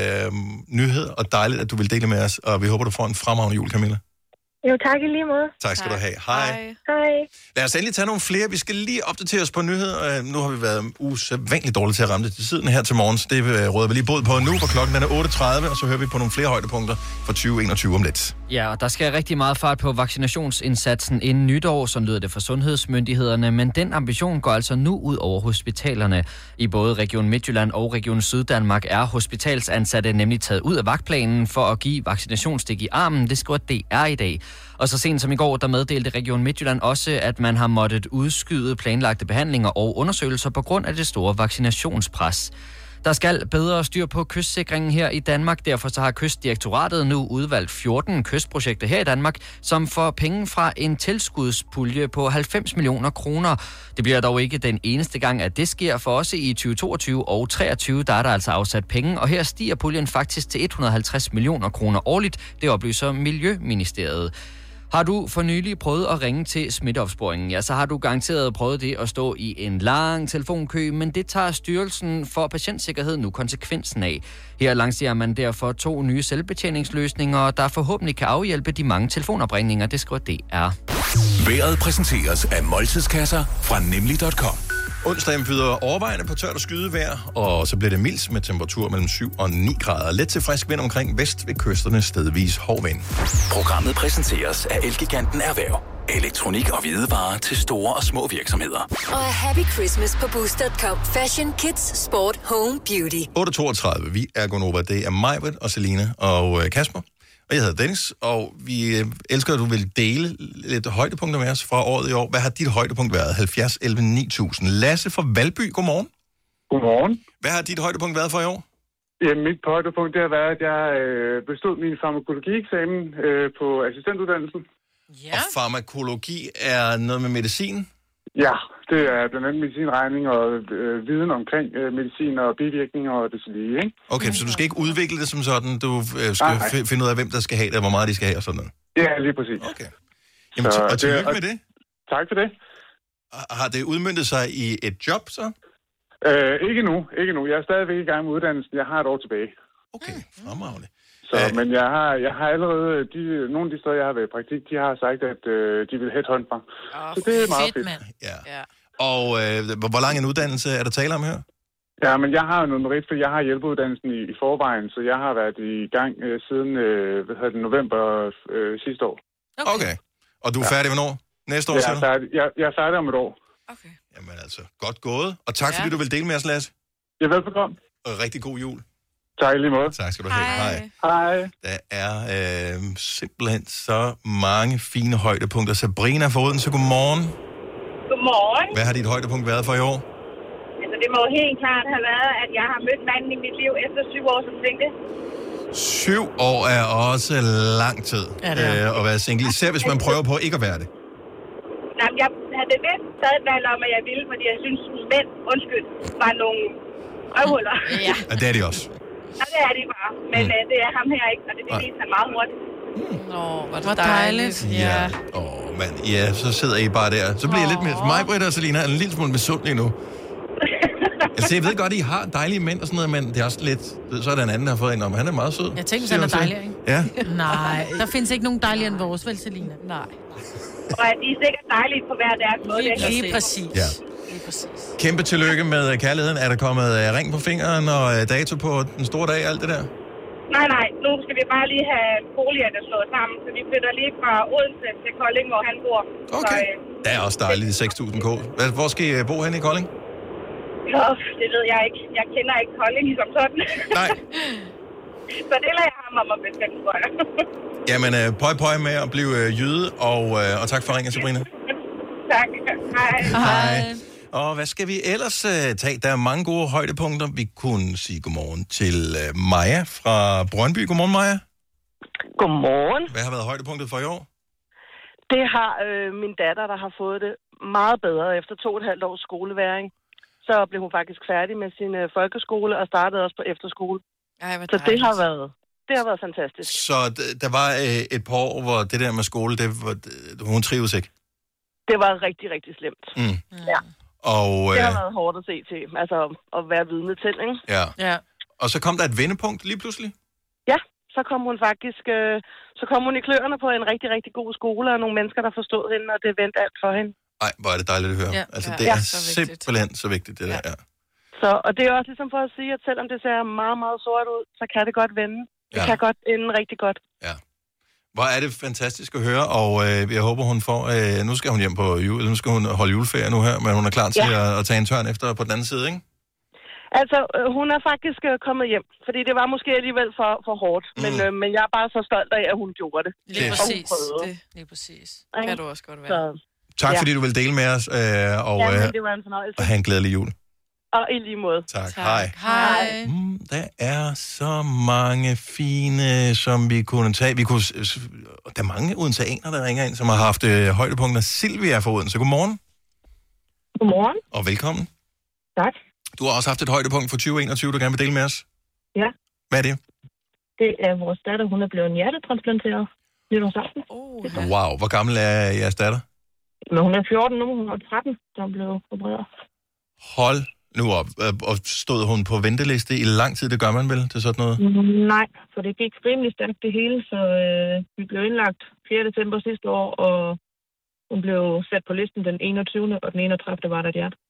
Speaker 1: nyhed, og dejligt, at du vil dele med os, og vi håber, du får en fremragende jul, Camilla.
Speaker 17: Jo, tak i lige måde.
Speaker 1: Tak skal du have. Hej.
Speaker 17: Hej.
Speaker 1: Lad os endelig tage nogle flere. Vi skal lige opdatere os på nyheder. Nu har vi været usædvanligt dårlige til at ramme det til siden her til morgen. Det råder vi lige bod på nu, hvor klokken er 8.30, og så hører vi på nogle flere højdepunkter for 2021 om lidt.
Speaker 4: Ja, og der skal rigtig meget fart på vaccinationsindsatsen inden nytår, så lyder det for sundhedsmyndighederne, men den ambition går altså nu ud over hospitalerne. I både Region Midtjylland og Region Syddanmark er hospitalsansatte nemlig taget ud af vagtplanen for at give vaccinationsstik i armen. Det skriver DR i dag. Og så sent som i går, der meddelte Region Midtjylland også, at man har måttet udskyde planlagte behandlinger og undersøgelser på grund af det store vaccinationspres. Der skal bedre styr på kystsikringen her i Danmark. Derfor så har Kystdirektoratet nu udvalgt 14 kystprojekter her i Danmark, som får penge fra en tilskudspulje på 90 millioner kroner. Det bliver dog ikke den eneste gang, at det sker, for også i 2022 og 2023, der er der altså afsat penge, og her stiger puljen faktisk til 150 millioner kroner årligt. Det oplyser Miljøministeriet. Har du for nylig prøvet at ringe til smitteopsporingen, ja, så har du garanteret prøvet det at stå i en lang telefonkø, men det tager Styrelsen for Patientsikkerhed nu konsekvensen af. Her lancerer man derfor 2 nye selvbetjeningsløsninger, der forhåbentlig kan afhjælpe de mange telefonopringninger, det skriver DR.
Speaker 5: Vejret præsenteres af måltidskasser fra nemlig.com.
Speaker 1: Onsdagen byder overvejende på tørt og skydevejr, og så bliver det mildt med temperatur mellem 7 og 9 grader. Let til frisk vind omkring vest ved kysterne, stedvis hård vind.
Speaker 5: Programmet præsenteres af Elgiganten Erhverv. Elektronik og hvidevarer til store og små virksomheder.
Speaker 9: Og Happy Christmas på Boost.com. Fashion, kids, sport, home, beauty.
Speaker 1: 8.32. Vi er Gonova. Det er Majbrit og Selina og Kasper. Og jeg hedder Dennis, og vi elsker, at du vil dele lidt højdepunkter med os fra året i år. Hvad har dit højdepunkt været? 70, 11, 9000. Lasse fra Valby, godmorgen.
Speaker 18: Godmorgen.
Speaker 1: Hvad har dit højdepunkt været for i år?
Speaker 18: Jamen, mit højdepunkt det har været, at jeg bestod min farmakologi-eksamen på assistentuddannelsen.
Speaker 1: Ja. Og farmakologi er noget med medicin?
Speaker 18: Ja, det er blandt andet medicinregning og viden omkring medicin og bivirkninger og det sådan lige, ikke?
Speaker 1: Okay, så du skal ikke udvikle det som sådan, du skal finde ud af, hvem der skal have det, og hvor meget de skal have og sådan noget?
Speaker 18: Ja, lige præcis.
Speaker 1: Okay. Jamen, og tillykke med det.
Speaker 18: Tak for det.
Speaker 1: Har det udmøntet sig i et job, så?
Speaker 18: Ikke nu. Jeg er stadigvæk i gang med uddannelsen. Jeg har et år tilbage.
Speaker 1: Okay, fremragende.
Speaker 18: Så, men jeg har allerede, nogle af de steder, jeg har været i praktik, de har sagt, at de vil headhunt mig. Så det er meget fedt.
Speaker 1: Ja. Og hvor lang en uddannelse er der tale om her?
Speaker 18: Ja, men jeg har jo noget merit, for jeg har hjælpeuddannelsen i forvejen, så jeg har været i gang siden november sidste år.
Speaker 1: Okay. Og du er færdig hvornår? Næste år, siger du?
Speaker 18: Jeg er færdig om et år.
Speaker 1: Okay. Jamen altså, godt gået. Og tak fordi du vil dele med os, Lasse.
Speaker 18: Ja, velbekomme.
Speaker 1: Og rigtig god jul.
Speaker 18: Tak lige måde.
Speaker 1: Tak skal du have.
Speaker 18: Hej.
Speaker 1: Der er simpelthen så mange fine højdepunkter. Sabrina fra Odense, godmorgen.
Speaker 12: Godmorgen.
Speaker 1: Hvad har dit højdepunkt været for i år?
Speaker 12: Altså, det må helt klart have været, at jeg har mødt manden i mit liv efter 7 år som single.
Speaker 1: 7 år er også lang tid at være single, især hvis man prøver på ikke at være det.
Speaker 12: Nej, jeg havde det lidt stadig valgt om, at jeg ville, fordi jeg synes, mænd, var nogle røvhuller.
Speaker 1: Ja, det er de også.
Speaker 12: Ja, det er de bare. Men det er ham her ikke, og det viste han meget hurtigt.
Speaker 3: Hvor dejligt.
Speaker 1: Ja. Mand. Ja, så sidder I bare der. Så bliver jeg lidt mere... Mig, Britt og Selina er en lille smule misundelig nu. Altså, jeg ved godt, at I har dejlige mænd og sådan noget, men det er også lidt... Så er der en anden, der har fået en om. Han er meget sød.
Speaker 2: Jeg tænker, han er dejlig, ikke?
Speaker 1: Ja.
Speaker 2: Nej, der findes ikke nogen dejligere end vores, vel, Selina?
Speaker 3: Nej.
Speaker 12: Og at de er sikkert dejlige på hver deres måde.
Speaker 2: Lige præcis.
Speaker 1: Ja. Kæmpe tillykke med kærligheden. Er der kommet ring på fingeren og dato på den store dag og alt det der?
Speaker 12: Nej. Nu skal vi bare lige have boligerne slået sammen. Så vi flytter lige fra Odense til Kolding, hvor han bor.
Speaker 1: Okay. Det er også dejligt, 6.000 k. Hvor skal I bo hen i Kolding?
Speaker 12: Det ved jeg ikke. Jeg kender ikke Kolding som sådan.
Speaker 1: Nej.
Speaker 12: Så det lader jeg ham om at bestemme, tror jeg.
Speaker 1: Jamen, pøj med at blive jyde, og tak for ringen, Sabrina.
Speaker 12: Tak. Hej.
Speaker 1: Og hvad skal vi ellers tage? Der er mange gode højdepunkter. Vi kunne sige godmorgen til Maja fra Brøndby. Godmorgen, Maja.
Speaker 19: Godmorgen.
Speaker 1: Hvad har været højdepunktet for i år?
Speaker 19: Det har min datter, der har fået det meget bedre efter 2,5 års skoleværing. Så blev hun faktisk færdig med sin folkeskole og startede også på efterskole. Så det har været fantastisk.
Speaker 1: Så der var et par år, hvor det der med skole, hun trives ikke?
Speaker 19: Det var rigtig, rigtig slemt. Ja.
Speaker 1: Og,
Speaker 19: det har været hårdt at se til, altså at være vidne til, ikke?
Speaker 1: Ja. Og så kom der et vendepunkt lige pludselig?
Speaker 19: Ja, så kom hun faktisk i kløerne på en rigtig, rigtig god skole, og nogle mennesker, der forstod hende, og det vendte alt for hende.
Speaker 1: Ej, hvor er det dejligt at høre. Ja. Altså, det er simpelthen så vigtigt, det der. Ja.
Speaker 19: Så, og det er også ligesom for at sige, at selvom det ser meget, meget sort ud, så kan det godt vende. Det kan godt ende rigtig godt.
Speaker 1: Ja. Hvor er det fantastisk at høre, og jeg håber, hun får... nu skal hun hjem på nu skal hun holde juleferie nu her, men hun er klar til at tage en tørn efter på den anden side, ikke?
Speaker 19: Altså, hun er faktisk kommet hjem, fordi det var måske alligevel for hårdt, men jeg er bare så stolt af, at hun gjorde det.
Speaker 2: Lige præcis. Lige præcis.
Speaker 3: Kan du også godt være.
Speaker 1: Tak fordi du vil dele med os, og
Speaker 19: det var en fornøjelse.
Speaker 1: Og have en glædelig jul.
Speaker 19: Og i lige måde.
Speaker 1: Tak. Hej. Der er så mange fine, som vi kunne tage. Der er mange odenseaner, der ringer ind, som har haft højdepunkter. Silvia fra Odense, godmorgen.
Speaker 20: Godmorgen.
Speaker 1: Og velkommen.
Speaker 20: Tak.
Speaker 1: Du har også haft et højdepunkt for 2021, du gerne vil dele med os.
Speaker 20: Ja.
Speaker 1: Hvad er det?
Speaker 20: Det er vores datter, hun er blevet hjertetransplanteret nytårsaften.
Speaker 1: Wow, hvor gammel er jeres datter?
Speaker 20: Men hun er 14 nu, hun er 13, der blev opereret.
Speaker 1: Hold nu op. Og stod hun på venteliste i lang tid? Det gør man vel til sådan noget?
Speaker 20: Nej, for det gik rimelig stærkt det hele, så vi blev indlagt 4. december sidste år, og hun blev sat på listen den 21. og den 31. var der et hjerte.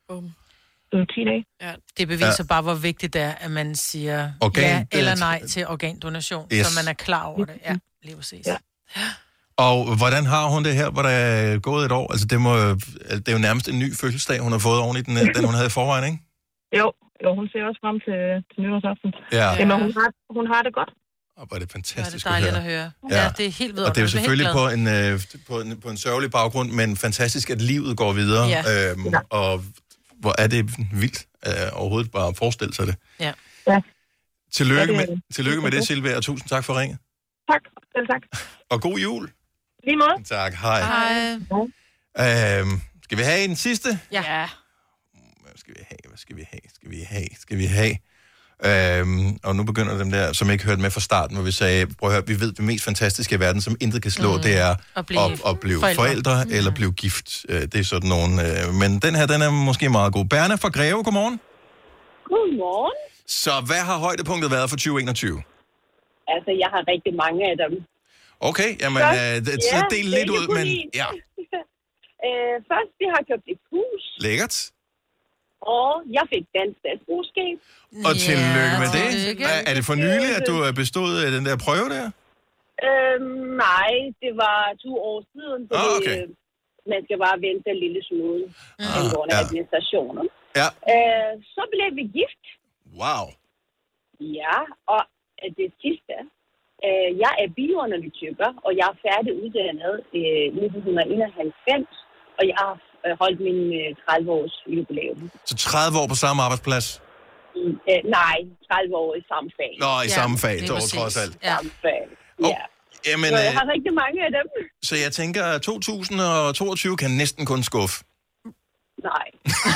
Speaker 20: Det var 10 dage.
Speaker 2: Ja, det beviser bare, hvor vigtigt det er, at man siger ja eller nej til organdonation, så man er klar over det. Ja, lige præcis. Ja.
Speaker 1: Og hvordan har hun det her, hvor der er gået et år? Altså, det er jo nærmest en ny fødselsdag, hun har fået oven i den hun havde i forvejen, ikke?
Speaker 20: Jo, hun ser også frem til nytårsaften.
Speaker 1: Ja.
Speaker 20: Jamen, hun har det godt.
Speaker 1: Og hvor er det fantastisk
Speaker 2: det er dejligt at høre. Ja, det er helt videre.
Speaker 1: Og det er jo selvfølgelig på en sørgelig baggrund, men fantastisk, at livet går videre.
Speaker 2: Ja.
Speaker 1: Og hvor er det vildt overhovedet bare at forestille sig det.
Speaker 2: Ja.
Speaker 1: Tillykke med det, Silvia, og tusind tak for ringet.
Speaker 20: Tak, selv tak.
Speaker 1: Og god jul.
Speaker 20: Lige måde.
Speaker 1: Tak, hej. Skal vi have en sidste?
Speaker 2: Ja.
Speaker 1: Hvad skal vi have? Og nu begynder dem der, som ikke hørte med fra starten, hvor vi sagde, prøv at høre, vi ved det mest fantastiske i verden, som intet kan slå, det er at blive forældre eller blive gift. Det er sådan nogen. Men den her, den er måske meget god. Berna fra Greve, godmorgen.
Speaker 21: Godmorgen.
Speaker 1: Så hvad har højdepunktet været for 2021?
Speaker 21: Altså, jeg har rigtig mange af dem.
Speaker 1: Okay, jamen, så del lidt ud, men ja.
Speaker 21: Først, vi har købt et hus.
Speaker 1: Lækkert.
Speaker 21: Og jeg fik dansk statsborgerskab.
Speaker 1: Og tillykke med det. Er det for nylig, at du bestod den der prøve der?
Speaker 21: Nej, det var 2 år siden, fordi man skal bare vente en lille smule angående administrationen.
Speaker 1: Ja.
Speaker 21: Så blev vi gift.
Speaker 1: Wow.
Speaker 21: Ja, og det sidste. Jeg er bioanalytiker, og jeg er færdiguddannet i 1991, og jeg har holdt min 30-års jubilæum.
Speaker 1: Så 30 år på samme arbejdsplads?
Speaker 21: Nej, 30 år i samme fag.
Speaker 1: Nå, i samme fag, dog trods alt.
Speaker 21: Samme fag, ja.
Speaker 1: Jamen,
Speaker 21: så jeg har rigtig mange af dem.
Speaker 1: Så jeg tænker, at 2022 kan næsten kun skuffe.
Speaker 21: Nej.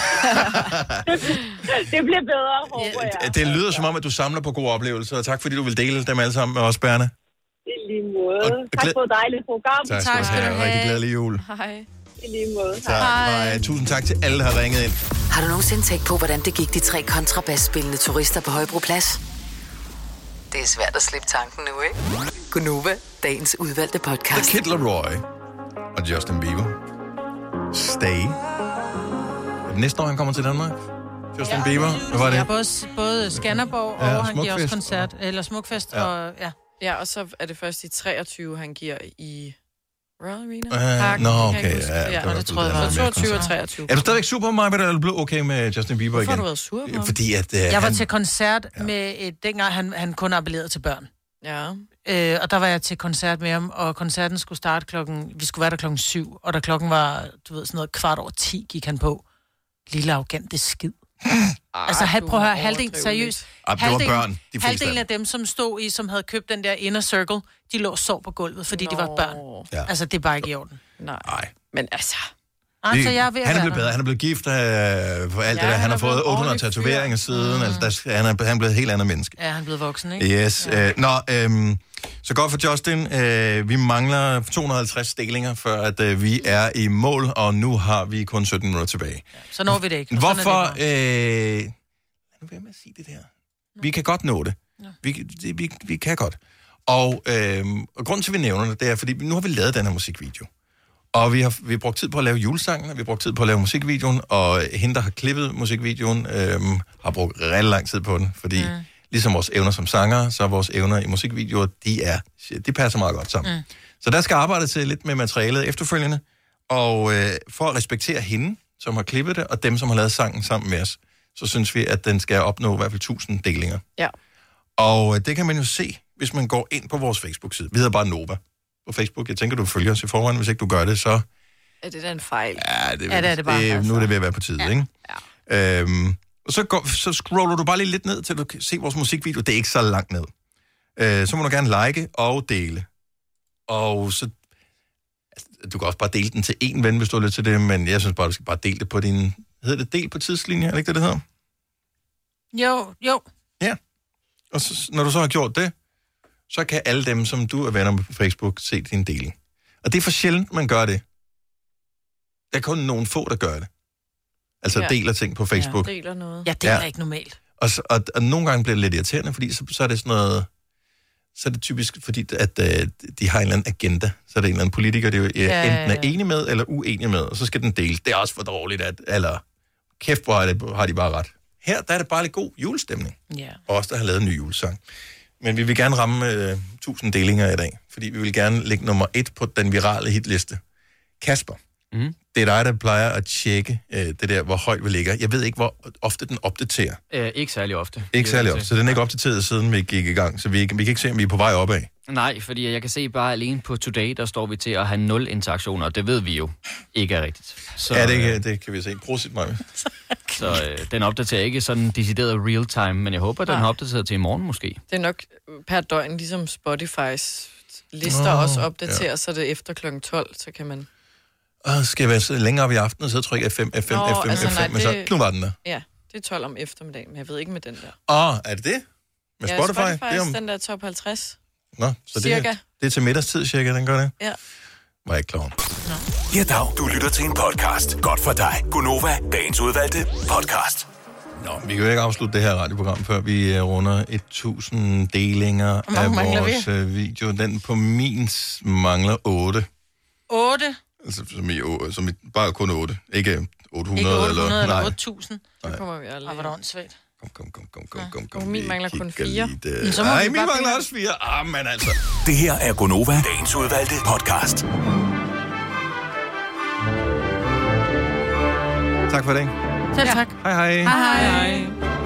Speaker 21: Det bliver bedre, håber jeg.
Speaker 1: Det lyder som om, at du samler på gode oplevelser, og tak fordi du vil dele dem alle sammen med os, Berna.
Speaker 21: I lige måde. Tak for et dejligt program.
Speaker 1: Tak skal du have. Rigtig glædelig jul.
Speaker 21: Hej. I lige måde.
Speaker 1: Tak. Hej. Tusind tak til alle, der har ringet ind.
Speaker 9: Har du nogensinde tænkt på, hvordan det gik de 3 kontrabasspillende turister på Højbroplads? Det er svært at slippe tanken nu, ikke? Gunova, dagens udvalgte podcast.
Speaker 1: The Kid Laroi og Justin Bieber. Stay. Næste år, han kommer til Danmark. Justin Bieber. Hvad var det?
Speaker 2: Ja, både Skanderborg, og han giver også koncert. Eller Smukfest, og
Speaker 3: Ja, og så er det først i 23, han giver i Royal Arena.
Speaker 1: Okay.
Speaker 3: Det tror jeg var 22 og 23.
Speaker 1: Er du stadigvæk sur på mig, eller er du blevet okay med Justin Bieber igen?
Speaker 3: Hvorfor har du været sur på ham?
Speaker 1: Fordi at...
Speaker 2: jeg var til koncert med dengang han kun appellerede til børn.
Speaker 3: Ja.
Speaker 2: Og der var jeg til koncert med ham, og koncerten skulle starte vi skulle være der 7, og da klokken var, du ved, sådan noget 9:15 gik han på. Lille arrogante skid. Altså, prøv at høre, halvdelen, seriøst. Halvdelen af dem, som stod i, som havde købt den der Inner Circle, de lå og sov på gulvet, fordi de var børn. Ja. Altså, det er bare ikke i orden.
Speaker 3: Nej. Men altså...
Speaker 1: Han er blevet bedre. Han er blevet gift for alt det der. Han har fået 800 tatoveringer siden. Altså, han er blevet et helt andet menneske.
Speaker 2: Ja, han er blevet voksen, ikke?
Speaker 1: Yes. Så godt for Justin. Vi mangler 250 delinger, før at vi er i mål, og nu har vi kun 17 minutter tilbage.
Speaker 2: Ja, så når vi det ikke.
Speaker 1: Hvorfor... lad nu være med at sige det der. Vi kan godt nå det. Vi kan godt. Og grunden til, at vi nævner det, det er, fordi nu har vi lavet den her musikvideo. Og vi har brugt tid på at lave julesangen, og vi har brugt tid på at lave musikvideoen, og hende, der har klippet musikvideoen, har brugt rigtig lang tid på den, fordi ligesom vores evner som sanger, så er vores evner i musikvideoer, de passer meget godt sammen. Så der skal arbejdes lidt med materialet efterfølgende, og for at respektere hende, som har klippet det, og dem, som har lavet sangen sammen med os, så synes vi, at den skal opnå i hvert fald 1000 delinger.
Speaker 3: Ja.
Speaker 1: Og det kan man jo se, hvis man går ind på vores Facebook-side. Vi hedder bare Nova på Facebook. Jeg tænker, du følger os i forvejen. Hvis ikke du gør det, så...
Speaker 3: Er det da en fejl?
Speaker 1: Ja, det er det bare. Nu er det ved at være på tide, ikke? Ja. Og så scroller du bare lige lidt ned, til du kan se vores musikvideo. Det er ikke så langt ned. Så må du gerne like og dele. Og så... Altså, du kan også bare dele den til en ven, hvis du har lyst til det, men jeg synes bare, du skal bare dele det på din... Hedder det del på tidslinje? Er det ikke det hedder?
Speaker 2: Jo.
Speaker 1: Ja. Og så, når du så har gjort det, så kan alle dem, som du er venner med på Facebook, se din deling. Og det er for sjældent, man gør det. Der er kun nogle få, der gør det. Altså deler ting på Facebook.
Speaker 3: Ja, deler noget.
Speaker 2: Ja, det er ikke normalt.
Speaker 1: Og nogle gange bliver det lidt irriterende, fordi så er det sådan noget... Så er det typisk, fordi at de har en eller anden agenda. Så er det en eller anden politiker, der enten er enig med eller uenig med, og så skal den dele. Det er også for dårligt, eller kæft, hvor har de bare ret. Her der er det bare lidt god julestemning.
Speaker 2: Ja.
Speaker 1: Og også der har lavet en ny julesang. Men vi vil gerne ramme 1000 delinger i dag, fordi vi vil gerne lægge nummer 1 på den virale hitliste. Kasper, Det er dig, der plejer at tjekke det der, hvor højt vi ligger. Jeg ved ikke, hvor ofte den opdaterer.
Speaker 4: Ikke særlig ofte.
Speaker 1: Ikke særlig ofte, så den er ikke opdateret, siden vi gik i gang. Så vi kan ikke se, om vi er på vej opad.
Speaker 4: Nej, fordi jeg kan se bare alene på Today, der står vi til at have 0 interaktioner, og det ved vi jo ikke er rigtigt. Så,
Speaker 1: ja, det kan vi se. Prosit mig.
Speaker 4: Så den opdaterer ikke sådan decideret real time, men jeg håber, den har opdateret til i morgen måske.
Speaker 3: Det er nok per døgn, ligesom Spotifys lister også opdaterer, så det er efter kl. 12, så kan man...
Speaker 1: Skal jeg være så længere op i aften, og så trykker jeg FM, men så nu var den der.
Speaker 3: Ja, det er 12 om eftermiddagen, men jeg ved ikke med den der.
Speaker 1: Er det det? Med
Speaker 3: Spotify?
Speaker 1: Spotify?
Speaker 3: Ja, Spotify, den der top 50.
Speaker 1: Nå, så det er til middagstid cirka, den gør det?
Speaker 3: Ja.
Speaker 1: Var jeg ikke klar.
Speaker 5: Ja, dag. Du lytter til en podcast. Godt for dig. Gunova, dagens udvalgte podcast.
Speaker 1: Nå, vi kan jo ikke afslutte det her radioprogram, før vi runder 1000 delinger af vores video. Den på min mangler 8.
Speaker 2: 8?
Speaker 1: Altså, som bare kun 8. Ikke 800,
Speaker 2: ikke 800
Speaker 1: eller
Speaker 2: 8000.
Speaker 3: Så kommer vi aldrig.
Speaker 2: Hvor er det åndssvagt.
Speaker 1: Kom.
Speaker 3: Min mangler kun 4.
Speaker 1: Nej, min mangler også 4. Men altså.
Speaker 5: Det her er Gunova, dagens udvalgte podcast.
Speaker 1: Tak for det.
Speaker 2: Selv tak.
Speaker 1: Hej.
Speaker 2: Hej.